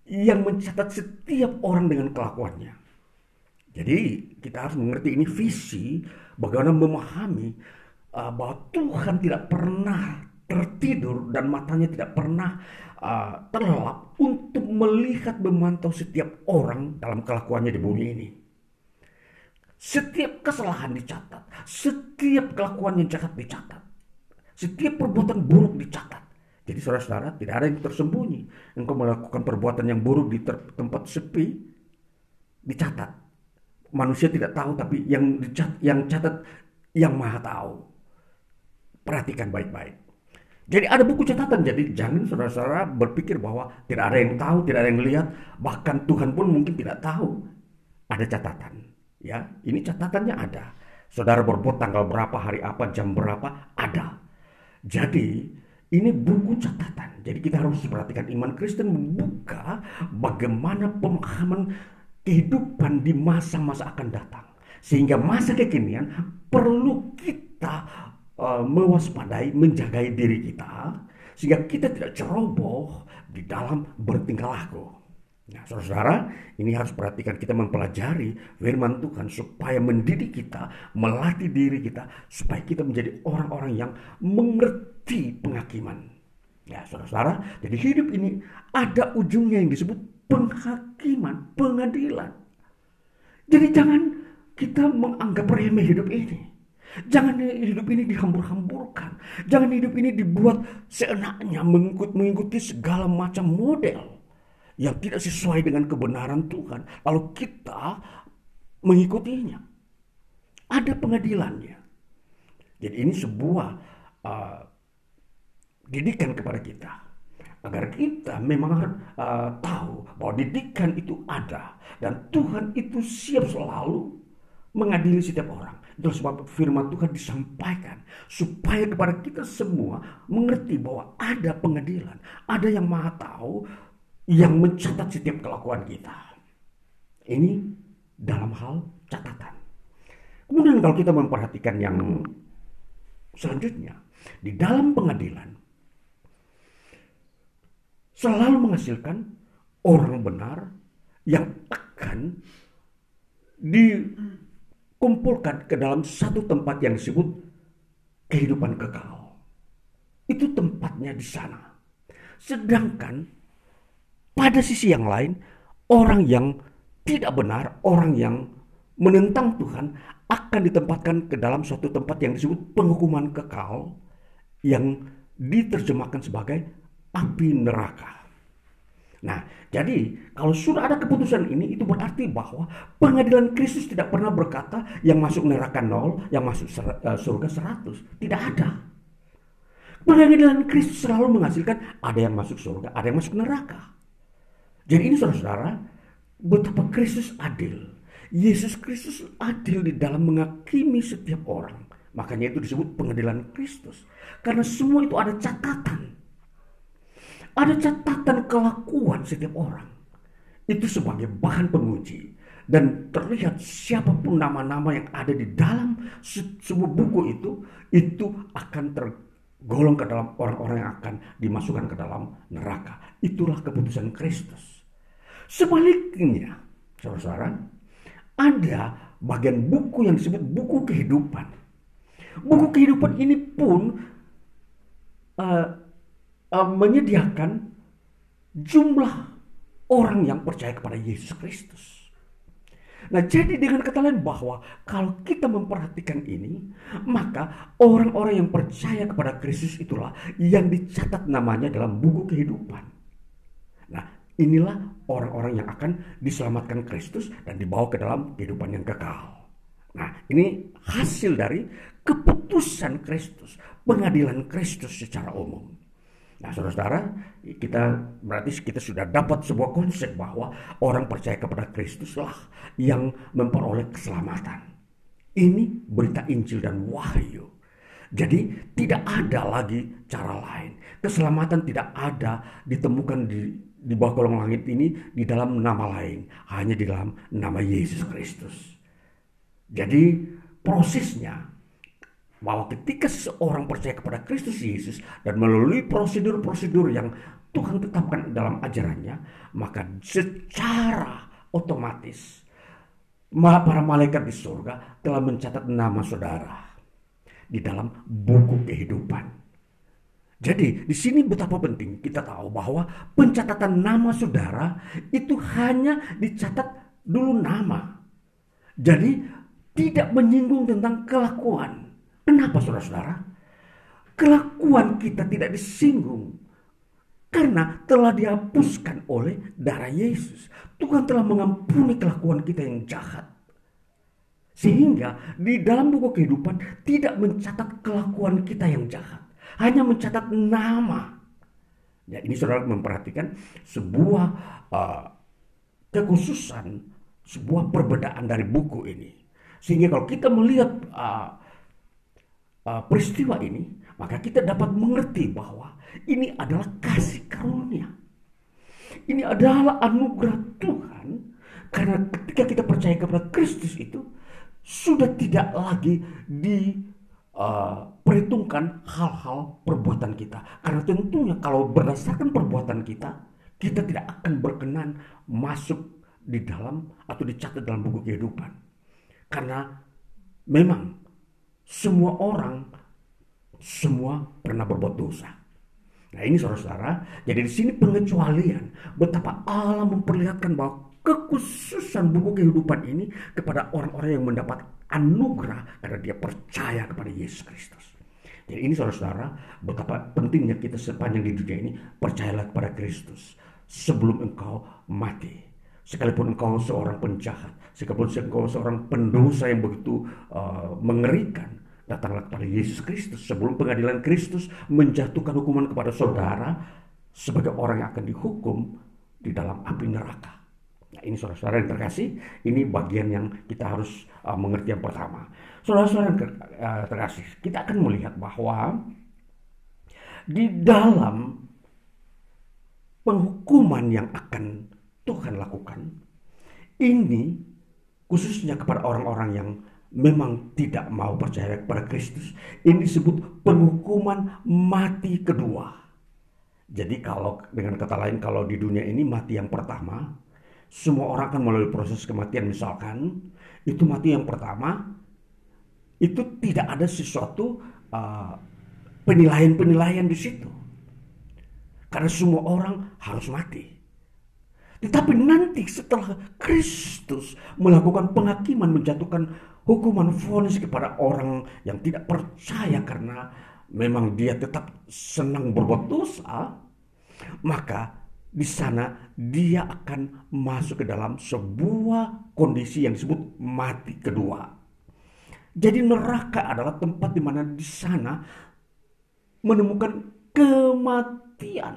Speaker 3: yang mencatat setiap orang dengan kelakuannya. Jadi kita harus mengerti ini visi bagaimana memahami bahwa Tuhan tidak pernah tertidur dan matanya tidak pernah terlelap untuk melihat memantau setiap orang dalam kelakuannya di bumi ini. Setiap kesalahan dicatat, setiap kelakuan yang jahat dicatat, setiap perbuatan buruk dicatat. Jadi saudara-saudara, tidak ada yang tersembunyi. Engkau melakukan perbuatan yang buruk di tempat sepi, dicatat. Manusia tidak tahu, tapi yang catat yang Maha tahu. Perhatikan baik-baik. Jadi ada buku catatan. Jadi jangan saudara-saudara berpikir bahwa tidak ada yang tahu, tidak ada yang lihat, bahkan Tuhan pun mungkin tidak tahu. Ada catatan. Ya, ini catatannya ada. Saudara berbuat tanggal berapa, hari apa, jam berapa, ada. Jadi ini buku catatan. Jadi kita harus perhatikan, iman Kristen membuka bagaimana pemahaman kehidupan di masa-masa akan datang. Sehingga masa kekinian perlu kita mewaspadai, menjagai diri kita, sehingga kita tidak ceroboh di dalam bertingkah laku. Nah, saudara-saudara, ini harus perhatikan, kita mempelajari firman Tuhan supaya mendidik kita, melatih diri kita, supaya kita menjadi orang-orang yang mengerti penghakiman. Ya, saudara-saudara, jadi hidup ini ada ujungnya yang disebut penghakiman, pengadilan. Jadi jangan kita menganggap remeh hidup ini. Jangan hidup ini dihambur-hamburkan. Jangan hidup ini dibuat seenaknya mengikuti segala macam model yang tidak sesuai dengan kebenaran Tuhan, lalu kita mengikutinya. Ada pengadilannya. Jadi ini sebuah didikan kepada kita, agar kita memang tahu bahwa didikan itu ada, dan Tuhan itu siap selalu mengadili setiap orang. Itulah sebab firman Tuhan disampaikan supaya kepada kita semua mengerti bahwa ada pengadilan, ada yang Maha tahu, yang mencatat setiap kelakuan kita. Ini dalam hal catatan. Kemudian kalau kita memperhatikan yang selanjutnya, di dalam pengadilan selalu menghasilkan orang benar yang akan dikumpulkan ke dalam satu tempat yang disebut kehidupan kekal. Itu tempatnya di sana. Sedangkan pada sisi yang lain, orang yang tidak benar, orang yang menentang Tuhan akan ditempatkan ke dalam suatu tempat yang disebut penghukuman kekal, yang diterjemahkan sebagai api neraka. Nah, jadi kalau sudah ada keputusan ini, itu berarti bahwa pengadilan Kristus tidak pernah berkata yang masuk neraka 0, yang masuk surga 100. Tidak ada. Pengadilan Kristus selalu menghasilkan ada yang masuk surga, ada yang masuk neraka. Jadi ini saudara-saudara, betapa Kristus adil. Yesus Kristus adil di dalam menghakimi setiap orang. Makanya itu disebut pengadilan Kristus. Karena semua itu ada catatan. Ada catatan kelakuan setiap orang. Itu sebagai bahan penguji. Dan terlihat siapapun nama-nama yang ada di dalam sebuah buku itu akan tergolong ke dalam orang-orang yang akan dimasukkan ke dalam neraka. Itulah keputusan Kristus. Sebaliknya, saudara-saudara, ada bagian buku yang disebut buku kehidupan. Buku kehidupan ini pun menyediakan jumlah orang yang percaya kepada Yesus Kristus. Nah, jadi dengan kata lain bahwa kalau kita memperhatikan ini, maka orang-orang yang percaya kepada Kristus itulah yang dicatat namanya dalam buku kehidupan. Nah, inilah orang-orang yang akan diselamatkan Kristus dan dibawa ke dalam kehidupan yang kekal. Nah, ini hasil dari keputusan Kristus, pengadilan Kristus secara umum. Nah, saudara-saudara, kita sudah dapat sebuah konsep bahwa orang percaya kepada Kristuslah yang memperoleh keselamatan. Ini berita Injil dan wahyu. Jadi tidak ada lagi cara lain. Keselamatan tidak ada ditemukan di bawah kolong langit ini di dalam nama lain, hanya di dalam nama Yesus Kristus. Jadi prosesnya bahwa ketika seseorang percaya kepada Kristus Yesus dan melalui prosedur-prosedur yang Tuhan tetapkan dalam ajarannya, maka secara otomatis para malaikat di surga telah mencatat nama saudara di dalam buku kehidupan. Jadi di sini betapa penting kita tahu bahwa pencatatan nama saudara itu hanya dicatat dulu nama. Jadi tidak menyinggung tentang kelakuan. Kenapa saudara-saudara? Kelakuan kita tidak disinggung karena telah dihapuskan oleh darah Yesus. Tuhan telah mengampuni kelakuan kita yang jahat. Sehingga di dalam buku kehidupan tidak mencatat kelakuan kita yang jahat. Hanya mencatat nama. Ya, ini saudara memperhatikan sebuah kekhususan, sebuah perbedaan dari buku ini. Sehingga kalau kita melihat peristiwa ini, maka kita dapat mengerti bahwa ini adalah kasih karunia. Ini adalah anugerah Tuhan. Karena ketika kita percaya kepada Kristus itu, sudah tidak lagi diperhitungkan hal-hal perbuatan kita. Karena tentunya kalau berdasarkan perbuatan kita, kita tidak akan berkenan masuk di dalam atau dicatat dalam buku kehidupan. Karena memang semua orang pernah berbuat dosa. Nah ini saudara-saudara, jadi di sini pengecualian betapa Allah memperlihatkan bahwa kekhususan buku kehidupan ini kepada orang-orang yang mendapat anugerah karena dia percaya kepada Yesus Kristus. Jadi ini saudara-saudara, betapa pentingnya kita sepanjang di dunia ini percayalah kepada Kristus sebelum engkau mati. Sekalipun engkau seorang penjahat, sekalipun engkau seorang pendosa yang begitu mengerikan, datanglah kepada Yesus Kristus sebelum pengadilan Kristus menjatuhkan hukuman kepada saudara sebagai orang yang akan dihukum di dalam api neraka. Nah ini saudara-saudara yang terkasih, ini bagian yang kita harus mengerti yang pertama. Saudara-saudara yang terkasih, kita akan melihat bahwa di dalam penghukuman yang akan Tuhan lakukan, ini khususnya kepada orang-orang yang memang tidak mau percaya kepada Kristus, ini disebut penghukuman mati kedua. Jadi kalau dengan kata lain, kalau di dunia ini mati yang pertama, semua orang akan melalui proses kematian. Misalkan itu mati yang pertama, itu tidak ada sesuatu penilaian-penilaian di situ, karena semua orang harus mati. Tetapi nanti setelah Kristus melakukan penghakiman, menjatuhkan hukuman vonis kepada orang yang tidak percaya karena memang dia tetap senang berbuat dosa, maka di sana dia akan masuk ke dalam sebuah kondisi yang disebut mati kedua. Jadi neraka adalah tempat di mana di sana menemukan kematian.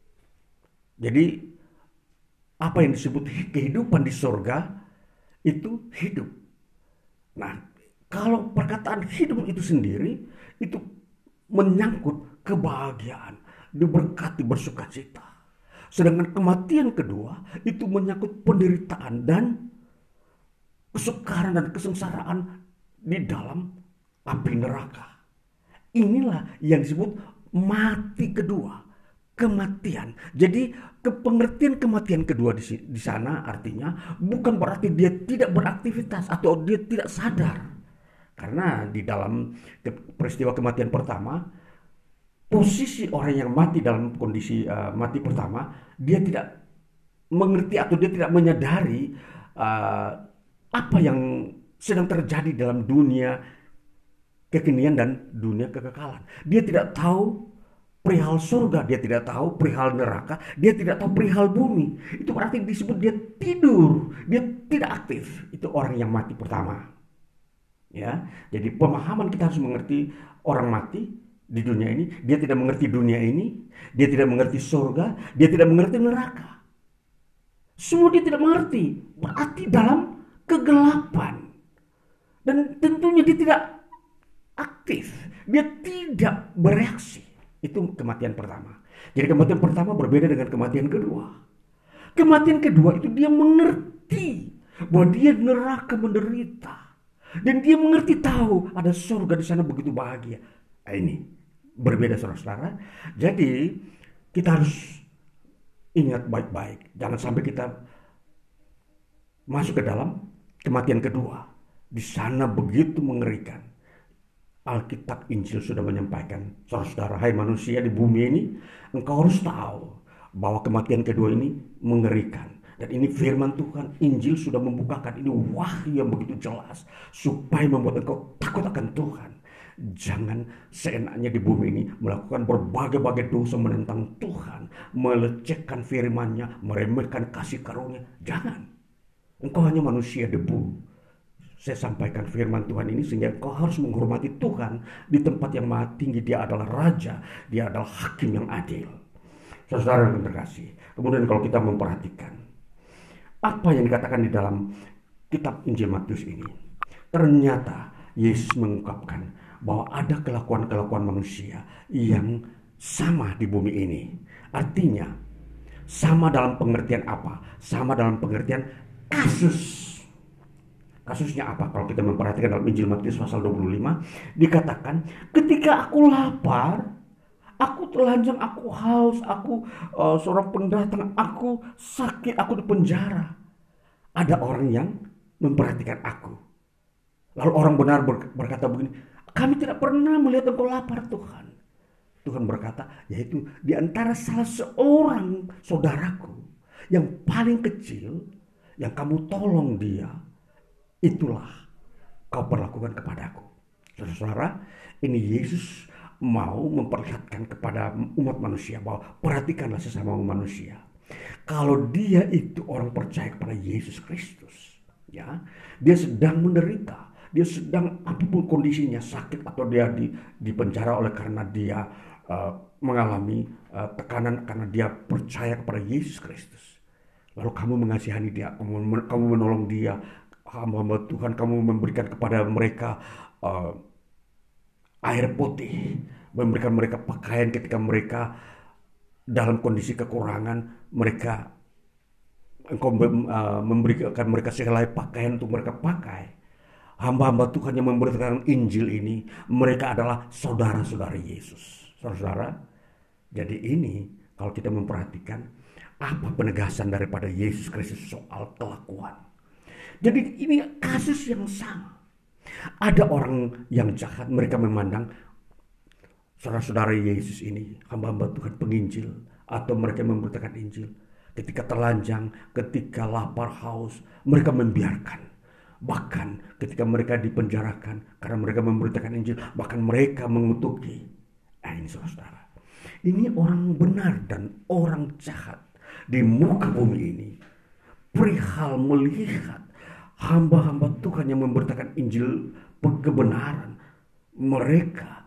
Speaker 3: Jadi apa yang disebut kehidupan di surga itu hidup. Nah, kalau perkataan hidup itu sendiri itu menyangkut kebahagiaan, diberkati, bersukacita. Sedangkan kematian kedua itu menyangkut penderitaan dan kesukaran dan kesengsaraan di dalam api neraka. Inilah yang disebut mati kedua, kematian. Jadi pengertian kematian kedua di sana artinya bukan berarti dia tidak beraktivitas atau dia tidak sadar. Karena di dalam peristiwa kematian pertama, posisi orang yang mati dalam kondisi mati pertama, dia tidak mengerti atau dia tidak menyadari apa yang sedang terjadi dalam dunia kekinian dan dunia kekekalan. Dia tidak tahu perihal surga, dia tidak tahu perihal neraka, dia tidak tahu perihal bumi. Itu berarti disebut dia tidur, dia tidak aktif. Itu orang yang mati pertama. Ya, jadi pemahaman kita harus mengerti orang mati di dunia ini, dia tidak mengerti dunia ini, dia tidak mengerti surga, dia tidak mengerti neraka. Semua dia tidak mengerti, berarti dalam kegelapan. Dan tentunya dia tidak aktif, dia tidak bereaksi. Itu kematian pertama. Jadi kematian pertama berbeda dengan kematian kedua. Kematian kedua itu dia mengerti bahwa dia neraka menderita. Dan dia mengerti tahu ada surga di sana begitu bahagia. Nah, ini berbeda saudara-saudara. Jadi kita harus ingat baik-baik. Jangan sampai kita masuk ke dalam kematian kedua. Di sana begitu mengerikan. Alkitab Injil sudah menyampaikan, saudara-saudara, hai manusia di bumi ini, engkau harus tahu bahwa kematian kedua ini mengerikan. Dan ini firman Tuhan, Injil sudah membukakan ini wahyu yang begitu jelas supaya membuat engkau takut akan Tuhan. Jangan seenaknya di bumi ini melakukan berbagai-bagai dosa menentang Tuhan, melecehkan firman-Nya, meremehkan kasih karunia. Jangan. Engkau hanya manusia debu. Saya sampaikan firman Tuhan ini sehingga engkau harus menghormati Tuhan di tempat yang maha tinggi. Dia adalah Raja, Dia adalah Hakim yang adil. Saudara yang terkasih, kemudian kalau kita memperhatikan apa yang dikatakan di dalam kitab Injil Matius ini, ternyata Yesus mengungkapkan bahwa ada kelakuan-kelakuan manusia yang sama di bumi ini. Artinya, sama dalam pengertian apa? Sama dalam pengertian kasus. Kasusnya apa? Kalau kita memperhatikan dalam Injil Matius pasal 25, dikatakan, ketika aku lapar, aku telanjang, aku haus, aku seorang pendatang, aku sakit, aku di penjara. Ada orang yang memperhatikan aku. Lalu orang benar berkata begini, kami tidak pernah melihat engkau lapar, Tuhan. Tuhan berkata, yaitu di antara salah seorang saudaraku yang paling kecil, yang kamu tolong dia, itulah kau perlakukan kepadaku. Saudara, ini Yesus mau memperlihatkan kepada umat manusia bahwa perhatikanlah sesama manusia. Kalau dia itu orang percaya kepada Yesus Kristus, ya, dia sedang menderita, dia sedang apapun kondisinya, sakit atau dia di penjara oleh karena dia mengalami tekanan karena dia percaya kepada Yesus Kristus. Lalu kamu mengasihani dia, kamu menolong dia, hamba Tuhan, kamu memberikan kepada mereka air putih, memberikan mereka pakaian ketika mereka dalam kondisi kekurangan, engkau memberikan mereka sehelai pakaian untuk mereka pakai. Hamba-hamba Tuhan yang memberitakan Injil ini, mereka adalah saudara-saudara Yesus. Saudara, jadi ini kalau kita memperhatikan apa penegasan daripada Yesus Kristus soal kelakuan. Jadi ini kasus yang sama. Ada orang yang jahat, mereka memandang saudara-saudara Yesus ini, hamba-hamba Tuhan penginjil, atau mereka memberitakan Injil. Ketika telanjang, ketika lapar haus, mereka membiarkan. Bahkan ketika mereka dipenjarakan karena mereka memberitakan Injil, bahkan mereka mengutuki. Ini saudara, ini orang benar dan orang jahat di muka bumi ini. Perihal melihat hamba-hamba Tuhan yang memberitakan Injil kebenaran, mereka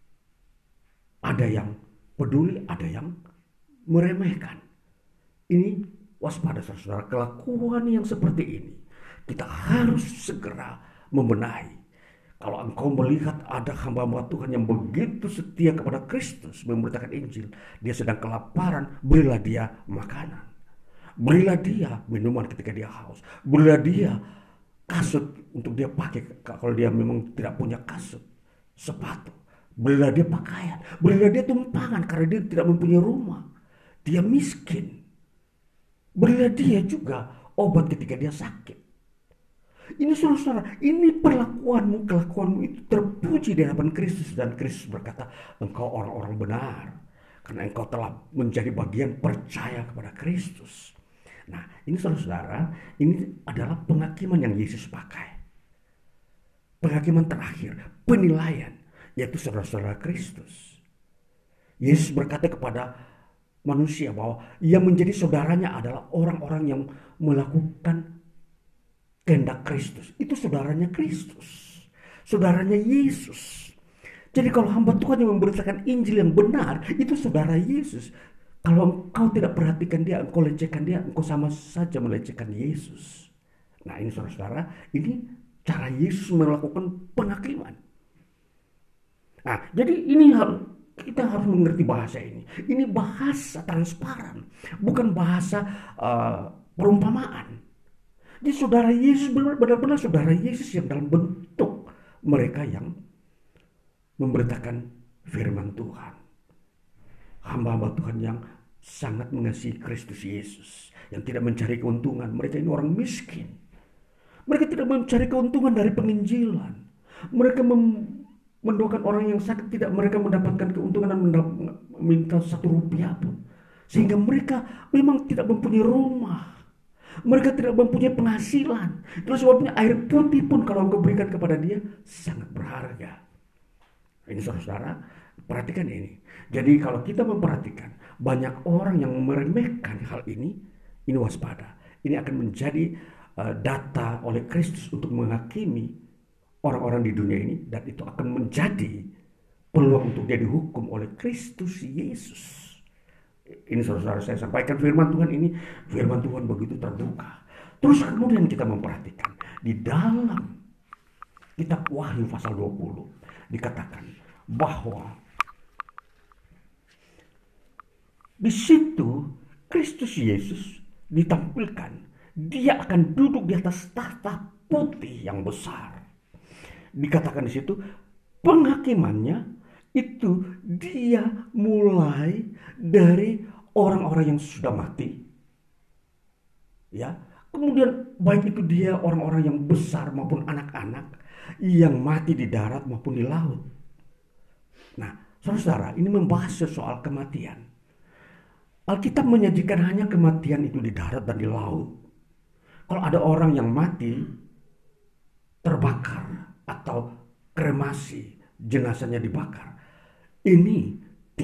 Speaker 3: ada yang peduli, ada yang meremehkan. Ini waspada saudara, kelakuan yang seperti ini kita harus segera membenahi. Kalau engkau melihat ada hamba-hamba Tuhan yang begitu setia kepada Kristus, memberitakan Injil, dia sedang kelaparan, berilah dia makanan. Berilah dia minuman ketika dia haus. Berilah dia kasut untuk dia pakai kalau dia memang tidak punya kasut, sepatu. Berilah dia pakaian. Berilah dia tumpangan karena dia tidak mempunyai rumah. Dia miskin. Berilah dia juga obat ketika dia sakit. Ini saudara-saudara, ini perlakuanmu, kelakuanmu itu terpuji di hadapan Kristus. Dan Kristus berkata, engkau orang-orang benar, karena engkau telah menjadi bagian percaya kepada Kristus. Nah, ini saudara-saudara, ini adalah penghakiman yang Yesus pakai. Penghakiman terakhir, penilaian, yaitu saudara-saudara Kristus. Yesus berkata kepada manusia bahwa yang menjadi saudaranya adalah orang-orang yang melakukan kehendak Kristus. Itu saudaranya Kristus, saudaranya Yesus. Jadi kalau hamba Tuhan yang memberitakan Injil yang benar, itu saudara Yesus. Kalau engkau tidak perhatikan dia, engkau lecehkan dia, engkau sama saja melecehkan Yesus. Nah ini saudara-saudara, ini cara Yesus melakukan penghakiman. Nah jadi ini kita harus mengerti bahasa ini. Ini bahasa transparan, bukan bahasa perumpamaan. Jadi saudara Yesus benar-benar saudara Yesus yang dalam bentuk mereka yang memberitakan firman Tuhan. Hamba-hamba Tuhan yang sangat mengasihi Kristus Yesus, yang tidak mencari keuntungan. Mereka ini orang miskin. Mereka tidak mencari keuntungan dari penginjilan. Mereka mendoakan orang yang sakit, tidak mereka mendapatkan keuntungan dan minta 1 rupiah pun. Sehingga mereka memang tidak mempunyai rumah. Mereka tidak mempunyai penghasilan. Itulah sebabnya air putih pun kalau engkau berikan kepada dia sangat berharga. Ini saudara, perhatikan ini. Jadi kalau kita memperhatikan banyak orang yang meremehkan hal ini waspada. Ini akan menjadi data oleh Kristus untuk menghakimi orang-orang di dunia ini, dan itu akan menjadi peluang untuk dia dihukum oleh Kristus Yesus. Ini saudara-saudara, saya sampaikan firman Tuhan ini, firman Tuhan begitu terbuka. Terus kemudian kita memperhatikan di dalam kitab Wahyu pasal 20 dikatakan bahwa di situ Kristus Yesus ditampilkan, dia akan duduk di atas tahta putih yang besar. Dikatakan di situ penghakimannya itu dia mulai dari orang-orang yang sudah mati, ya. Kemudian baik itu dia orang-orang yang besar maupun anak-anak yang mati di darat maupun di laut. Nah, saudara, ini membahas soal kematian. Alkitab menyajikan hanya kematian itu di darat dan di laut. Kalau ada orang yang mati, terbakar atau kremasi, jenazahnya dibakar, ini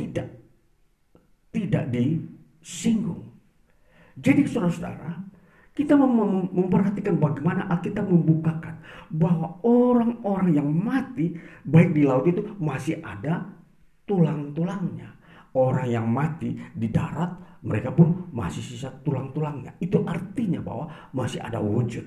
Speaker 3: tidak disinggung. Jadi saudara-saudara, kita memperhatikan bagaimana Alkitab membukakan bahwa orang-orang yang mati baik di laut itu masih ada tulang-tulangnya. Orang yang mati di darat, mereka pun masih sisa tulang-tulangnya. Itu artinya bahwa masih ada wujud.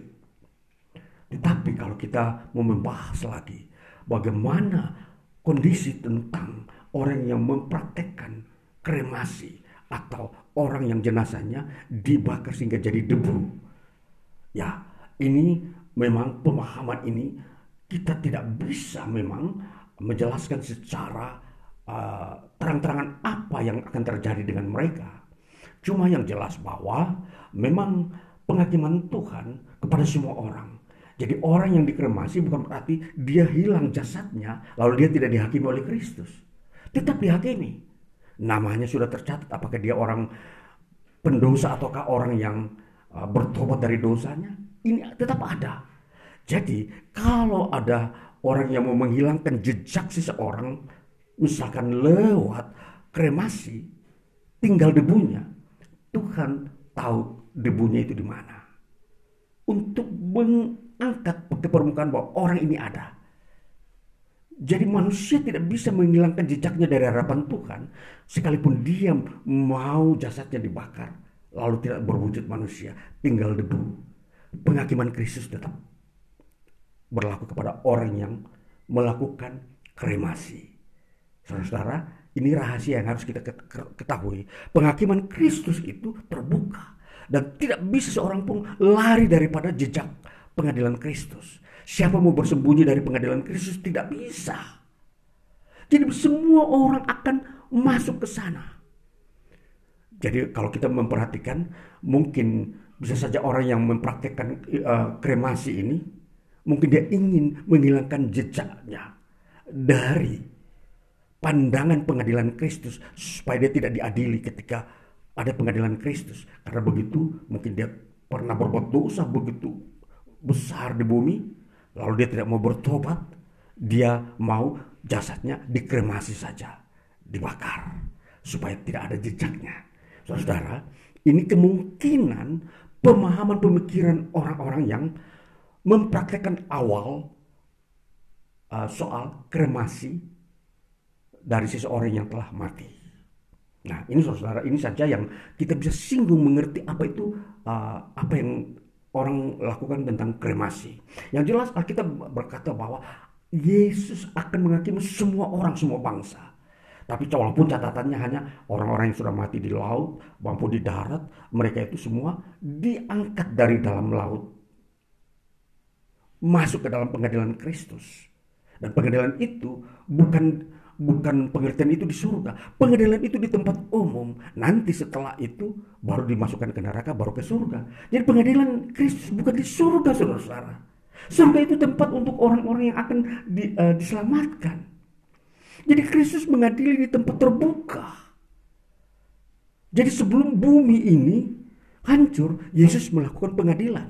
Speaker 3: Tetapi kalau kita mau membahas lagi bagaimana kondisi tentang orang yang mempraktekkan kremasi atau orang yang jenazahnya dibakar sehingga jadi debu. Ya, ini memang pemahaman ini kita tidak bisa memang menjelaskan secara terang-terangan apa yang akan terjadi dengan mereka. Cuma yang jelas bahwa memang penghakiman Tuhan kepada semua orang. Jadi orang yang dikremasi bukan berarti dia hilang jasadnya lalu dia tidak dihakimi oleh Kristus. Tetap dihakimi. Namanya sudah tercatat apakah dia orang pendosa ataukah orang yang bertobat dari dosanya. Ini tetap ada. Jadi kalau ada orang yang mau menghilangkan jejak seseorang, misalkan lewat kremasi, tinggal debunya, Tuhan tahu debunya itu di mana. Untuk mengangkat ke permukaan bahwa orang ini ada. Jadi manusia tidak bisa menghilangkan jejaknya dari hadapan Tuhan, sekalipun dia mau jasadnya dibakar, lalu tidak berwujud manusia, tinggal debu. Penghakiman Kristus tetap berlaku kepada orang yang melakukan kremasi. Saudara, ini rahasia yang harus kita ketahui. Penghakiman Kristus itu terbuka dan tidak bisa seorang pun lari daripada jejak pengadilan Kristus. Siapa mau bersembunyi dari pengadilan Kristus tidak bisa. Jadi semua orang akan masuk ke sana. Jadi kalau kita memperhatikan, mungkin bisa saja orang yang mempraktekkan kremasi ini, mungkin dia ingin menghilangkan jejaknya dari pandangan pengadilan Kristus supaya dia tidak diadili ketika ada pengadilan Kristus. Karena begitu mungkin dia pernah berbuat dosa begitu besar di bumi, lalu dia tidak mau bertobat, dia mau jasadnya dikremasi saja, dibakar supaya tidak ada jejaknya. Saudara, ini kemungkinan pemahaman pemikiran orang-orang yang mempraktekkan awal soal kremasi dari seseorang yang telah mati. Nah, ini saudara, ini saja yang kita bisa singgung mengerti apa itu apa yang orang lakukan tentang kremasi. Yang jelas Alkitab berkata bahwa Yesus akan menghakimi semua orang, semua bangsa. Tapi walaupun catatannya hanya orang-orang yang sudah mati di laut maupun di darat, mereka itu semua diangkat dari dalam laut masuk ke dalam pengadilan Kristus. Dan pengadilan itu bukan bukan pengertian itu di surga. Pengadilan itu di tempat umum. Nanti setelah itu baru dimasukkan ke neraka, baru ke surga. Jadi pengadilan Kristus bukan di surga, saudara-saudara. Surga itu tempat untuk orang-orang yang akan diselamatkan. Jadi Kristus mengadili di tempat terbuka. Jadi sebelum bumi ini hancur, Yesus melakukan pengadilan.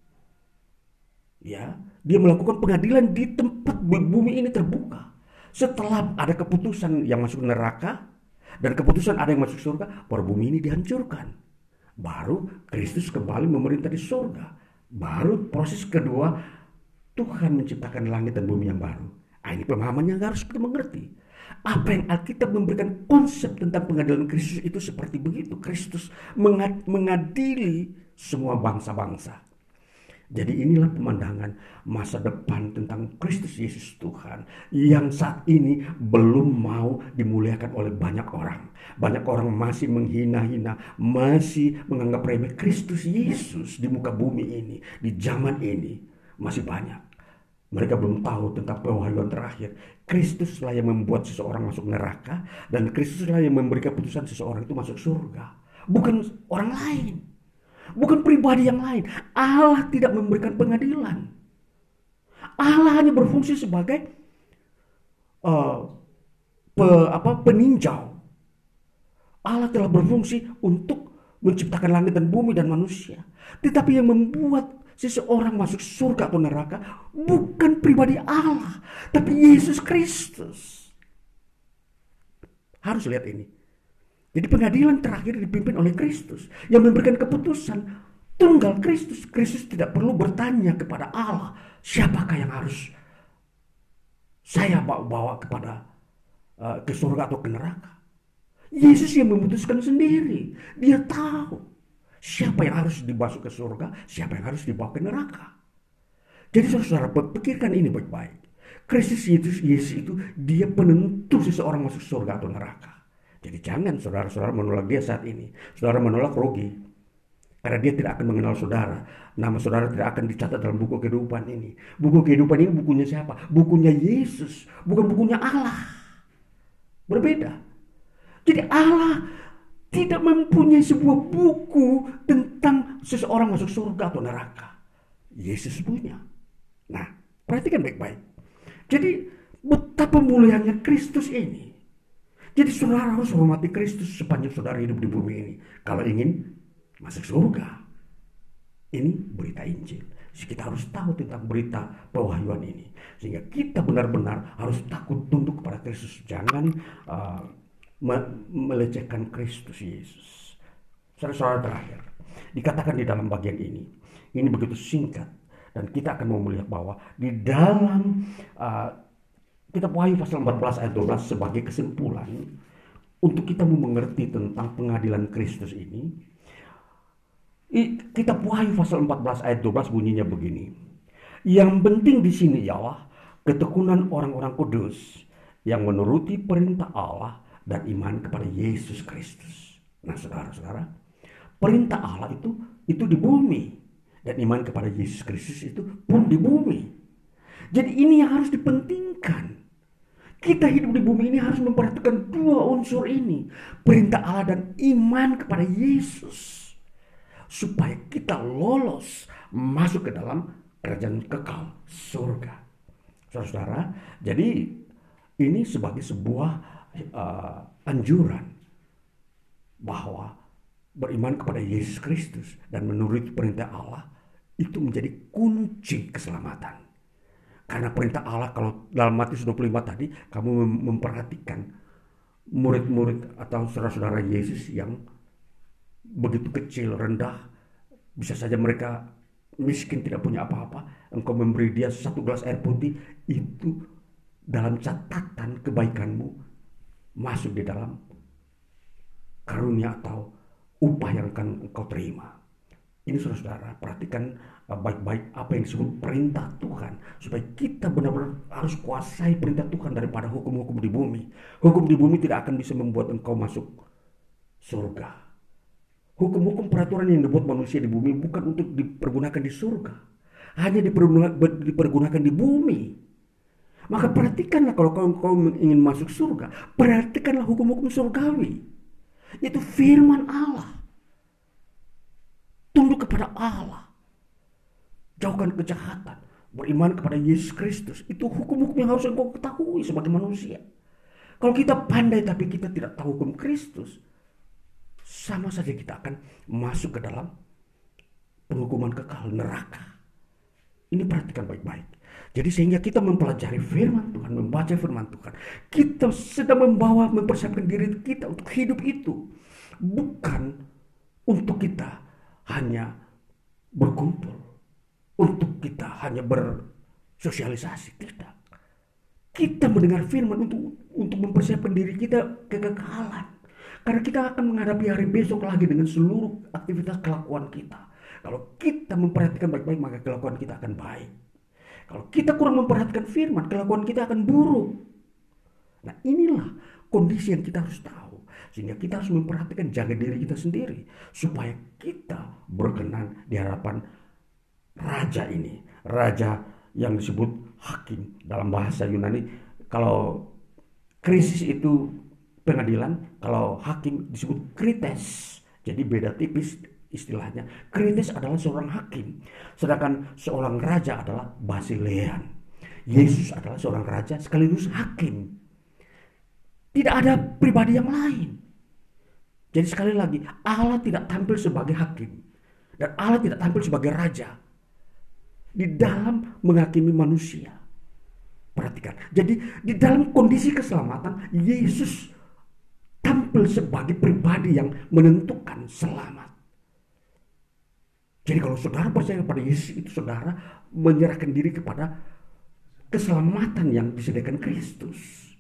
Speaker 3: Ya, dia melakukan pengadilan di tempat bumi ini terbuka. Setelah ada keputusan yang masuk neraka dan keputusan ada yang masuk surga, baru bumi ini dihancurkan. Baru Kristus kembali memerintah di surga. Baru proses kedua, Tuhan menciptakan langit dan bumi yang baru. Ini pemahaman yang harus kita mengerti. Apa yang Alkitab memberikan konsep tentang pengadilan Kristus itu seperti begitu. Kristus mengadili semua bangsa-bangsa. Jadi inilah pemandangan masa depan tentang Kristus Yesus Tuhan yang saat ini belum mau dimuliakan oleh banyak orang. Banyak orang masih menghina-hina, masih menganggap remeh Kristus Yesus di muka bumi ini, di zaman ini masih banyak. Mereka belum tahu tentang pewahyuan terakhir. Kristuslah yang membuat seseorang masuk neraka dan Kristuslah yang memberikan keputusan seseorang itu masuk surga. Bukan orang lain. Bukan pribadi yang lain. Allah tidak memberikan pengadilan. Allah hanya berfungsi sebagai peninjau. Allah telah berfungsi untuk menciptakan langit dan bumi dan manusia. Tetapi yang membuat seseorang masuk surga atau neraka bukan pribadi Allah, tapi Yesus Kristus. Harus lihat ini. Jadi pengadilan terakhir dipimpin oleh Kristus yang memberikan keputusan tunggal Kristus. Kristus tidak perlu bertanya kepada Allah, siapakah yang harus saya bawa kepada ke surga atau ke neraka. Yesus yang memutuskan sendiri. Dia tahu siapa yang harus dimasuk ke surga, siapa yang harus dibawa ke neraka. Jadi saudara pikirkan ini baik-baik. Kristus Yesus itu dia penentu seseorang masuk surga atau neraka. Jadi jangan saudara-saudara menolak dia saat ini. Saudara menolak rugi. Karena dia tidak akan mengenal saudara. Nama saudara tidak akan dicatat dalam buku kehidupan ini. Buku kehidupan ini bukunya siapa? Bukunya Yesus. Bukan bukunya Allah. Berbeda. Jadi Allah tidak mempunyai sebuah buku tentang seseorang masuk surga atau neraka. Yesus punya. Nah, perhatikan baik-baik. Jadi betapa mulianya Kristus ini. Jadi saudara harus hormati Kristus sepanjang saudara hidup di bumi ini. Kalau ingin masuk surga. Ini berita Injil. Kita harus tahu tentang berita pewahyuan ini. Sehingga kita benar-benar harus takut tunduk kepada Kristus. Jangan melecehkan Kristus Yesus. Saudara-saudara terakhir. Dikatakan di dalam bagian ini. Ini begitu singkat. Dan kita akan mau melihat bahwa di dalam kitab Wahyu pasal 14 ayat 12 sebagai kesimpulan untuk kita mau mengerti tentang pengadilan Kristus ini. Kitab Wahyu pasal 14 ayat 12 bunyinya begini. Yang penting di sini ialah ketekunan orang-orang kudus yang menuruti perintah Allah dan iman kepada Yesus Kristus. Nah, saudara-saudara, perintah Allah itu di bumi dan iman kepada Yesus Kristus itu pun di bumi. Jadi ini yang harus dipentingkan. Kita hidup di bumi ini harus memperhatikan dua unsur ini. Perintah Allah dan iman kepada Yesus. Supaya kita lolos masuk ke dalam kerajaan kekal surga. Saudara-saudara, jadi ini sebagai sebuah anjuran bahwa beriman kepada Yesus Kristus dan menurut perintah Allah itu menjadi kunci keselamatan. Karena perintah Allah kalau dalam Matius 25 tadi kamu memperhatikan murid-murid atau saudara-saudara Yesus yang begitu kecil, rendah, bisa saja mereka miskin, tidak punya apa-apa, engkau memberi dia satu gelas air putih, itu dalam catatan kebaikanmu masuk di dalam karunia atau upah yang akan engkau terima. Ini saudara-saudara, perhatikan baik-baik apa yang disebut perintah Tuhan. Supaya kita benar-benar harus kuasai perintah Tuhan daripada hukum-hukum di bumi. Hukum di bumi tidak akan bisa membuat engkau masuk surga. Hukum-hukum peraturan yang dibuat manusia di bumi bukan untuk dipergunakan di surga. Hanya dipergunakan di bumi. Maka perhatikanlah kalau kau ingin masuk surga, perhatikanlah hukum-hukum surgawi. Itu firman Allah. Tunduk kepada Allah. Jauhkan kejahatan. Beriman kepada Yesus Kristus. Itu hukum-hukum yang harus engkau ketahui sebagai manusia. Kalau kita pandai tapi kita tidak tahu hukum Kristus, sama saja kita akan masuk ke dalam penghukuman kekal, neraka. Ini perhatikan baik-baik. Jadi sehingga kita mempelajari firman Tuhan, membaca firman Tuhan, kita sedang mempersiapkan diri kita untuk hidup itu. Bukan untuk kita hanya berkumpul, untuk kita hanya bersosialisasi. Tidak. Kita mendengar firman untuk mempersiapkan diri kita kekekalan. Karena kita akan menghadapi hari besok lagi dengan seluruh aktivitas kelakuan kita. Kalau kita memperhatikan baik-baik, maka kelakuan kita akan baik. Kalau kita kurang memperhatikan firman, kelakuan kita akan buruk. Nah, inilah kondisi yang kita harus tahu. Sehingga kita harus memperhatikan, jaga diri kita sendiri. Supaya kita berkenan di hadapan raja ini. Raja yang disebut hakim. Dalam bahasa Yunani, kalau krisis itu pengadilan, kalau hakim disebut krites. Jadi beda tipis istilahnya. Krites adalah seorang hakim, sedangkan seorang raja adalah basilean. Yesus adalah seorang raja sekaligus hakim. Tidak ada pribadi yang lain. Jadi sekali lagi, Allah tidak tampil sebagai hakim dan Allah tidak tampil sebagai raja di dalam menghakimi manusia. Perhatikan. Jadi di dalam kondisi keselamatan, Yesus tampil sebagai pribadi yang menentukan selamat. Jadi kalau saudara percaya kepada Yesus, itu saudara menyerahkan diri kepada keselamatan yang disediakan Kristus.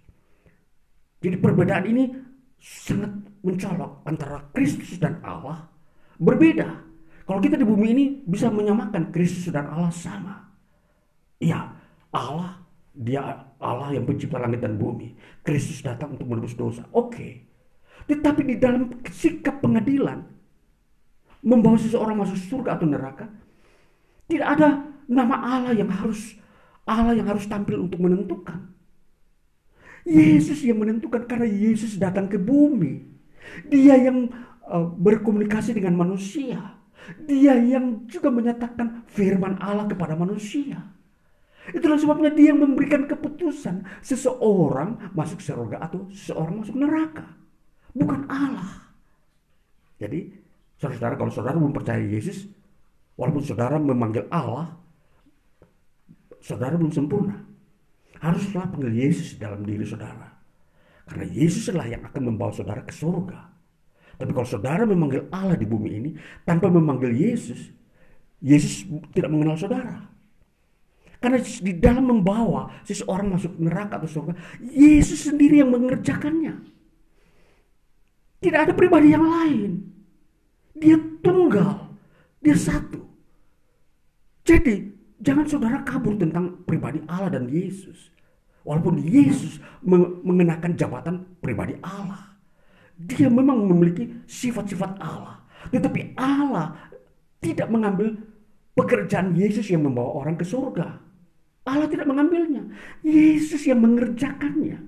Speaker 3: Jadi perbedaan ini sangat mencolok antara Kristus dan Allah. Berbeda. Kalau kita di bumi ini bisa menyamakan Kristus dan Allah sama. Iya, Allah, dia Allah yang pencipta langit dan bumi. Kristus datang untuk menebus dosa. Oke. Tetapi di dalam sikap pengadilan, membawa seseorang masuk surga atau neraka, tidak ada nama Allah yang harus tampil untuk menentukan. Yesus yang menentukan, karena Yesus datang ke bumi. Dia yang berkomunikasi dengan manusia. Dia yang juga menyatakan firman Allah kepada manusia. Itulah sebabnya dia yang memberikan keputusan seseorang masuk surga atau seseorang masuk neraka. Bukan Allah. Jadi saudara, kalau saudara mempercayai Yesus, walaupun saudara memanggil Allah, saudara belum sempurna. Haruslah panggil Yesus dalam diri saudara. Karena Yesuslah yang akan membawa saudara ke surga. Tapi kalau saudara memanggil Allah di bumi ini tanpa memanggil Yesus, Yesus tidak mengenal saudara. Karena di dalam membawa seseorang masuk neraka atau surga, Yesus sendiri yang mengerjakannya. Tidak ada pribadi yang lain. Dia tunggal, dia satu. Jadi jangan saudara kabur tentang pribadi Allah dan Yesus. Walaupun Yesus mengenakan jabatan pribadi Allah, dia memang memiliki sifat-sifat Allah. Tetapi Allah tidak mengambil pekerjaan Yesus yang membawa orang ke surga. Allah tidak mengambilnya. Yesus yang mengerjakannya.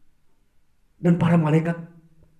Speaker 3: Dan para malaikat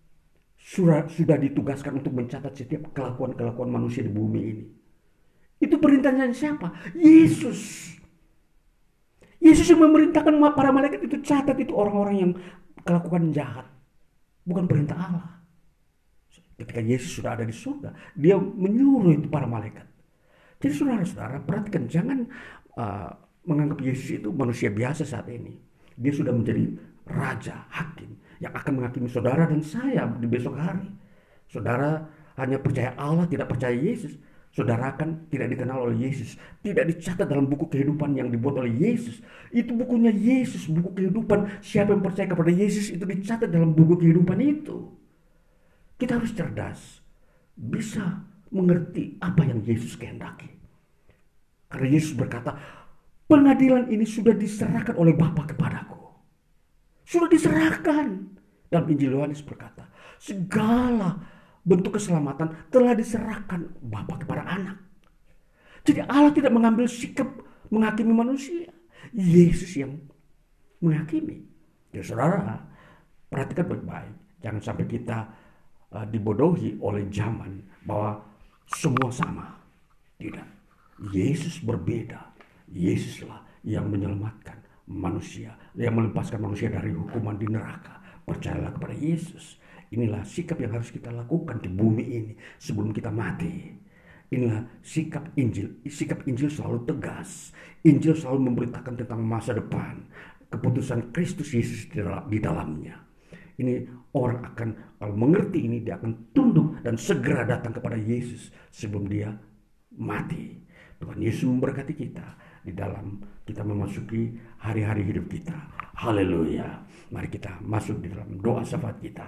Speaker 3: sudah ditugaskan untuk mencatat setiap kelakuan-kelakuan manusia di bumi ini. Itu perintahnya siapa? Yesus. Yesus yang memerintahkan para malaikat itu catat itu orang-orang yang kelakuan jahat. Bukan perintah Allah. Ketika Yesus sudah ada di surga, dia menyuruh itu para malaikat. Jadi saudara-saudara perhatikan, jangan menganggap Yesus itu manusia biasa saat ini. Dia sudah menjadi raja, hakim yang akan menghakimi saudara dan saya di besok hari. Saudara hanya percaya Allah, tidak percaya Yesus, saudara akan tidak dikenal oleh Yesus, tidak dicatat dalam buku kehidupan yang dibuat oleh Yesus. Itu bukunya Yesus, buku kehidupan. Siapa yang percaya kepada Yesus itu dicatat dalam buku kehidupan itu. Kita harus cerdas, bisa mengerti apa yang Yesus kehendaki. Karena Yesus berkata, pengadilan ini sudah diserahkan oleh Bapa kepadaku. Sudah diserahkan. Dalam Injil Yohanes berkata, segala bentuk keselamatan telah diserahkan Bapa kepada Anak. Jadi Allah tidak mengambil sikap menghakimi manusia. Yesus yang menghakimi. Ya saudara, perhatikan baik-baik. Jangan sampai kita dibodohi oleh zaman bahwa semua sama. Tidak. Yesus berbeda. Yesuslah yang menyelamatkan manusia, yang melepaskan manusia dari hukuman di neraka. Percayalah kepada Yesus. Inilah sikap yang harus kita lakukan di bumi ini sebelum kita mati. Inilah sikap Injil. Sikap Injil selalu tegas. Injil selalu memberitakan tentang masa depan, keputusan Kristus Yesus di dalamnya. Ini orang akan, kalau mengerti ini, dia akan tunduk dan segera datang kepada Yesus sebelum dia mati. Tuhan Yesus memberkati kita di dalam kita memasuki hari-hari hidup kita. Haleluya. Mari kita masuk di dalam doa syafaat kita.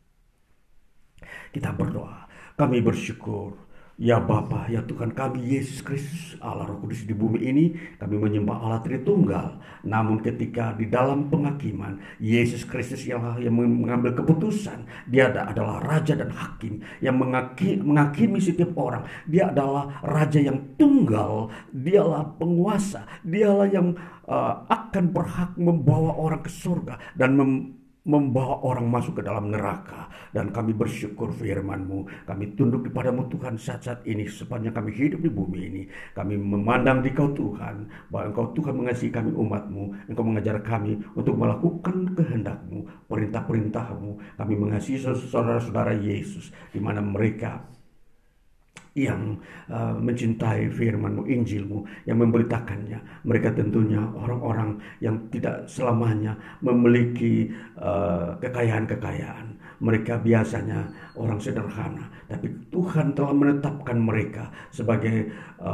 Speaker 3: Kita berdoa. Kami bersyukur, ya Bapa, ya Tuhan kami Yesus Kristus, Allah Roh Kudus di bumi ini. Kami menyembah Allah Tritunggal. Namun ketika di dalam penghakiman, Yesus Kristus yang mengambil keputusan. Dia adalah Raja dan Hakim yang menghakimi setiap orang. Dia adalah Raja yang tunggal. Dialah penguasa. Dialah yang akan berhak membawa orang ke surga dan membawa orang masuk ke dalam neraka. Dan kami bersyukur firman-Mu. Kami tunduk kepadamu Tuhan saat-saat ini sepanjang kami hidup di bumi ini. Kami memandang di Kau Tuhan, bahwa Engkau Tuhan mengasihi kami umat-Mu. Engkau mengajar kami untuk melakukan kehendak-Mu, perintah-perintah-Mu. Kami mengasihi saudara-saudara Yesus, di mana mereka yang mencintai firman-Mu, Injil-Mu, yang memberitakannya. Mereka tentunya orang-orang yang tidak selamanya memiliki kekayaan-kekayaan. Mereka biasanya orang sederhana, tapi Tuhan telah menetapkan mereka sebagai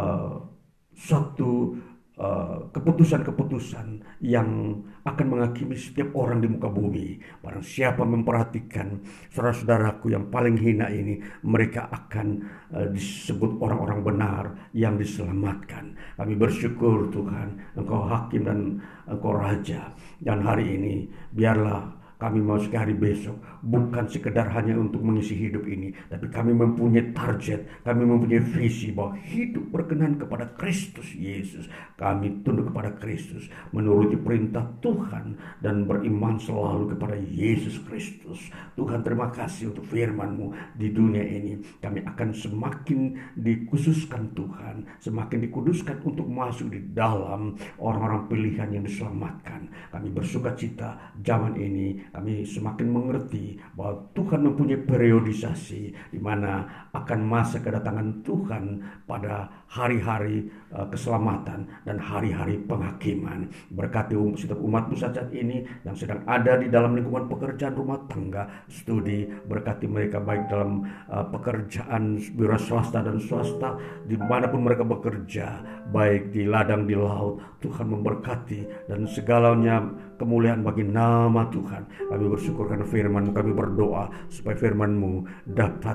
Speaker 3: suatu keputusan-keputusan yang akan menghakimi setiap orang di muka bumi. Barang siapa memperhatikan saudara-saudaraku yang paling hina ini, mereka akan disebut orang-orang benar yang diselamatkan. Kami bersyukur Tuhan, Engkau Hakim dan Engkau Raja. Dan hari ini biarlah kami memasuki hari besok bukan sekedar hanya untuk mengisi hidup ini, tapi kami mempunyai target, kami mempunyai visi bahwa hidup berkenan kepada Kristus Yesus. Kami tunduk kepada Kristus, menuruti perintah Tuhan dan beriman selalu kepada Yesus Kristus. Tuhan, terima kasih untuk firman-Mu di dunia ini. Kami akan semakin dikhususkan Tuhan, semakin dikuduskan untuk masuk di dalam orang-orang pilihan yang diselamatkan. Kami bersuka cita zaman ini. Kami semakin mengerti bahwa Tuhan mempunyai periodisasi di mana akan masa kedatangan Tuhan pada hari-hari keselamatan dan hari-hari penghakiman. Berkati setiap umat-Mu saat ini yang sedang ada di dalam lingkungan pekerjaan rumah tangga, studi. Berkati mereka baik dalam pekerjaan wira swasta dan swasta, dimanapun mereka bekerja, baik di ladang, di laut. Tuhan memberkati dan segalanya kemuliaan bagi nama Tuhan. Kami bersyukur karena firman-Mu. Kami berdoa supaya firman-Mu dapat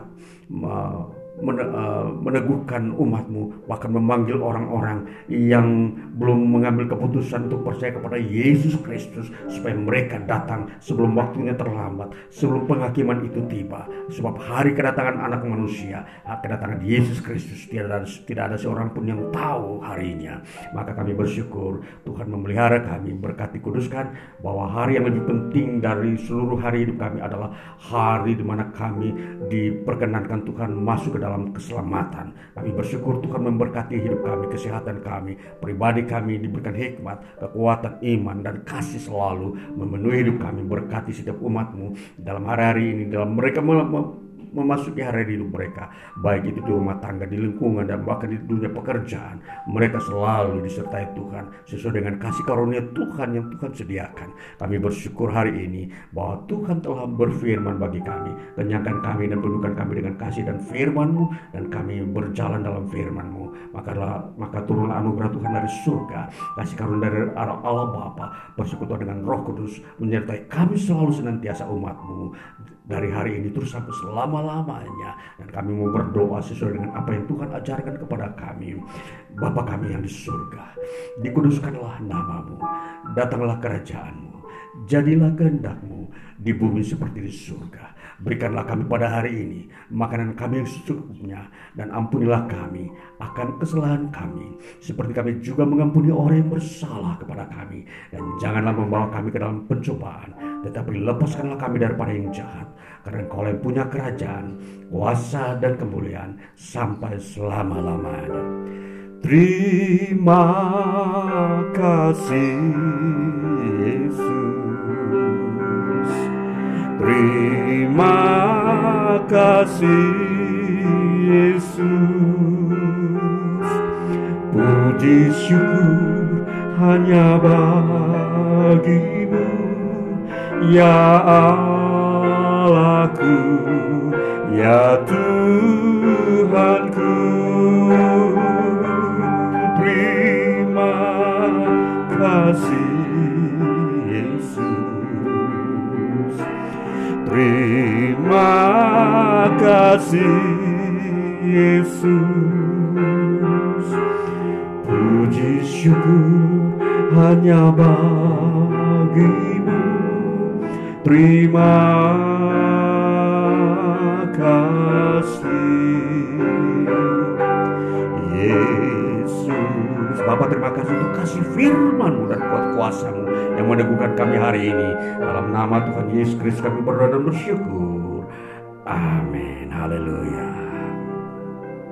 Speaker 3: meneguhkan umat-Mu, bahkan memanggil orang-orang yang belum mengambil keputusan untuk percaya kepada Yesus Kristus, supaya mereka datang sebelum waktunya terlambat, sebelum penghakiman itu tiba. Sebab hari kedatangan anak manusia, kedatangan Yesus Kristus, tidak ada seorang pun yang tahu harinya. Maka kami bersyukur Tuhan memelihara kami, berkati, kuduskan, bahwa hari yang lebih penting dari seluruh hari hidup kami adalah hari di mana kami diperkenankan Tuhan masuk ke dalam keselamatan. Kami bersyukur Tuhan memberkati hidup kami, kesehatan kami, pribadi kami diberikan hikmat, kekuatan, iman, dan kasih selalu memenuhi hidup kami. Berkati setiap umat-Mu dalam hari-hari ini, dalam mereka memasuki hari hidup mereka, baik itu di rumah tangga, di lingkungan, dan bahkan di dunia pekerjaan. Mereka selalu disertai Tuhan sesuai dengan kasih karunia Tuhan yang Tuhan sediakan. Kami bersyukur hari ini bahwa Tuhan telah berfirman bagi kami. Kenyangkan kami dan penuhkan kami dengan kasih dan firman-Mu, dan kami berjalan dalam firman-Mu. Maka turunlah anugerah Tuhan dari surga, kasih karunia dari Allah Bapa, bersekutu dengan Roh Kudus, menyertai kami selalu senantiasa umat-Mu dari hari ini terus sampai selama-lamanya. Dan kami mau berdoa sesuai dengan apa yang Tuhan ajarkan kepada kami. Bapa kami yang di surga, dikuduskanlah nama-Mu, datanglah kerajaan-Mu, jadilah kehendak-Mu di bumi seperti di surga. Berikanlah kami pada hari ini makanan kami yang secukupnya, dan ampunilah kami akan kesalahan kami, seperti kami juga mengampuni orang yang bersalah kepada kami. Dan janganlah membawa kami ke dalam pencobaan, tetapi lepaskanlah kami daripada yang jahat. Karena Engkau yang punya kerajaan, kuasa, dan kemuliaan sampai selama-lamanya. Terima kasih Yesus. Terima kasih Yesus. Puji syukur hanya bagimu, ya Allahku, ya Tuhanku. Terima kasih Yesus. Terima kasih Yesus. Puji syukur hanya bagimu. Terima kasih Yesus. Bapa, terima kasih untuk kasih firman-Mu dan kuat kuasa-Mu yang meneguhkan kami hari ini. Dalam nama Tuhan Yesus Kristus kami berdoa dan bersyukur. Amin. Haleluya.